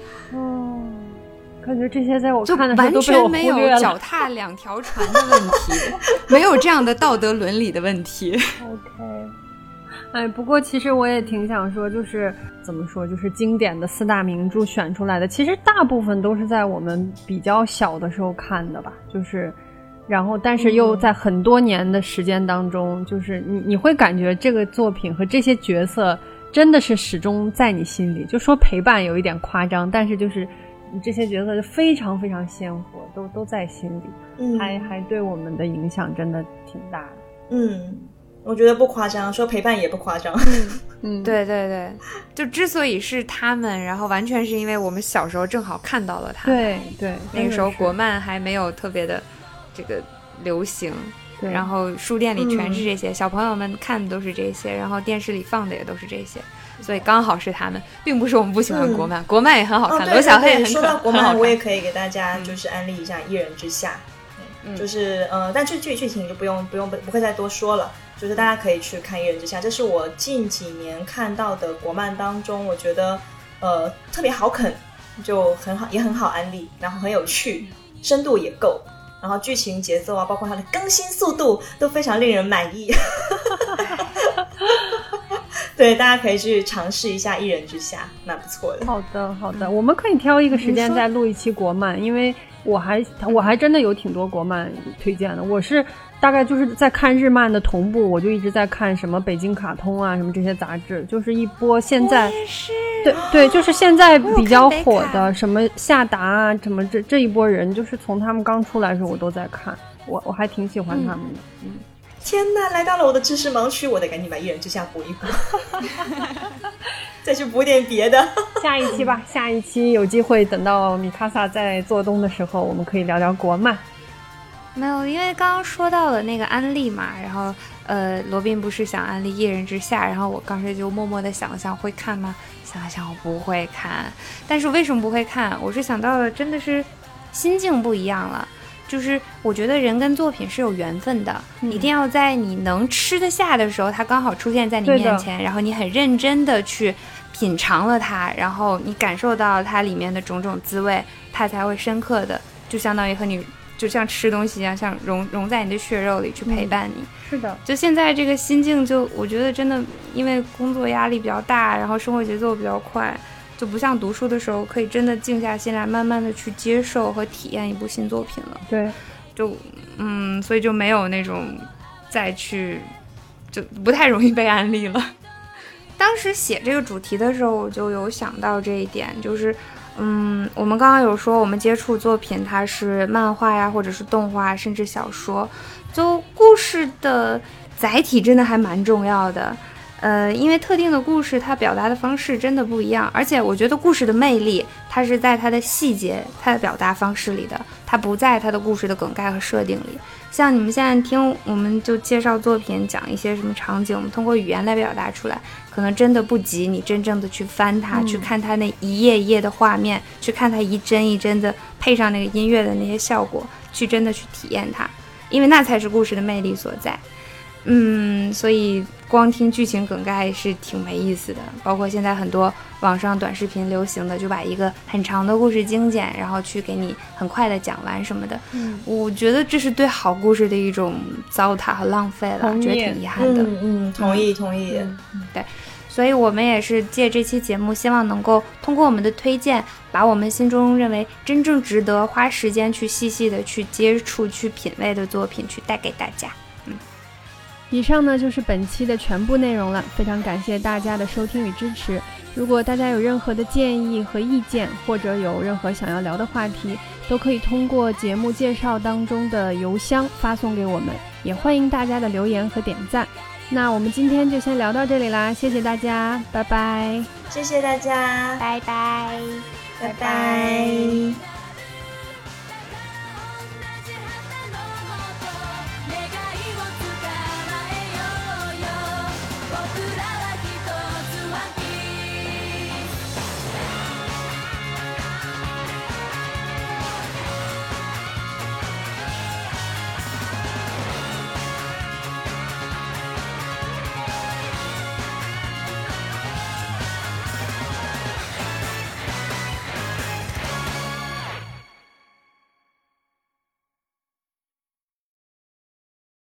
S2: 感觉这些在我看的时候都被我忽略了，
S1: 完全没有脚踏两条船的问题，没有这样的道德伦理的问题。
S2: OK， 哎，不过其实我也挺想说，就是怎么说，就是经典的4大名著选出来的，其实大部分都是在我们比较小的时候看的吧，就是然后但是又在很多年的时间当中，就是你会感觉这个作品和这些角色真的是始终在你心里，就说陪伴有一点夸张，但是就是这些角色就非常非常鲜活，都在心里，还对我们的影响真的挺大的。
S3: 我觉得不夸张，说陪伴也不夸张。
S1: 对，就之所以是他们，然后完全是因为我们小时候正好看到了他们。
S2: 对，
S1: 那个时候国漫还没有特别的这个流行，然后书店里全是这些，小朋友们看的都是这些，然后电视里放的也都是这些。所以刚好是他们，并不是我们不喜欢国漫，国漫也很好看，罗小黑也很可爱。
S3: 说到国漫，我也可以给大家就是安利一下《一人之下》，就是但这剧情就不会再多说了，就是大家可以去看《一人之下》，这是我近几年看到的国漫当中，我觉得特别好啃，就很好，也很好安利，然后很有趣，深度也够，然后剧情节奏啊，包括它的更新速度都非常令人满意。对，大家可以去尝试一下《一人之下》，蛮不错的。
S2: 好的，我们可以挑一个时间再录一期国漫，因为我还真的有挺多国漫推荐的。我是大概就是在看日漫的同步，我就一直在看什么北京卡通啊，什么这些杂志，就是一波现在对，就是现在比较火的什么夏达啊，什么这一波人，就是从他们刚出来的时候我都在看，我还挺喜欢他们的。
S3: 天哪，来到了我的知识盲区，我得赶紧把《一人之下》补一补，再去补点别的。
S2: 下一期吧，下一期有机会等到米卡萨在做东的时候，我们可以聊聊国漫。
S1: 没有，因为刚刚说到了那个安利嘛，然后罗宾不是想安利《一人之下》，然后我刚才就默默的想了想，会看吗？想了想，我不会看。但是为什么不会看？我是想到了，真的是心境不一样了。就是我觉得人跟作品是有缘分的，一定要在你能吃得下的时候，它刚好出现在你面前，然后你很认真的去品尝了它，然后你感受到它里面的种种滋味，它才会深刻的，就相当于和你就像吃东西一样，像融在你的血肉里去陪伴你。
S2: 是的，
S1: 就现在这个心境，就我觉得真的因为工作压力比较大，然后生活节奏比较快，就不像读书的时候可以真的静下心来慢慢的去接受和体验一部新作品了。
S2: 对，
S1: 就所以就没有那种再去，就不太容易被安利了。当时写这个主题的时候我就有想到这一点，就是我们刚刚有说我们接触作品它是漫画呀或者是动画甚至小说，就故事的载体真的还蛮重要的。 因为特定的故事它表达的方式真的不一样，而且我觉得故事的魅力它是在它的细节它的表达方式里的，它不在它的故事的梗概和设定里。像你们现在听我们就介绍作品，讲一些什么场景，我们通过语言来表达出来，可能真的不及你真正的去翻它，去看它那一页一页的画面，去看它一帧一帧的配上那个音乐的那些效果，去真的去体验它，因为那才是故事的魅力所在。所以光听剧情梗概是挺没意思的，包括现在很多网上短视频流行的，就把一个很长的故事精简，然后去给你很快的讲完什么的。我觉得这是对好故事的一种糟蹋和浪费了，觉得挺遗憾的。
S3: 同意。
S1: 对，所以我们也是借这期节目，希望能够通过我们的推荐，把我们心中认为真正值得花时间去细细的去接触、去品味的作品，去带给大家。
S2: 以上呢就是本期的全部内容了，非常感谢大家的收听与支持。如果大家有任何的建议和意见，或者有任何想要聊的话题，都可以通过节目介绍当中的邮箱发送给我们，也欢迎大家的留言和点赞。那我们今天就先聊到这里啦，谢谢大家，拜拜。
S3: 谢谢大家，
S1: 拜拜，
S3: 拜拜。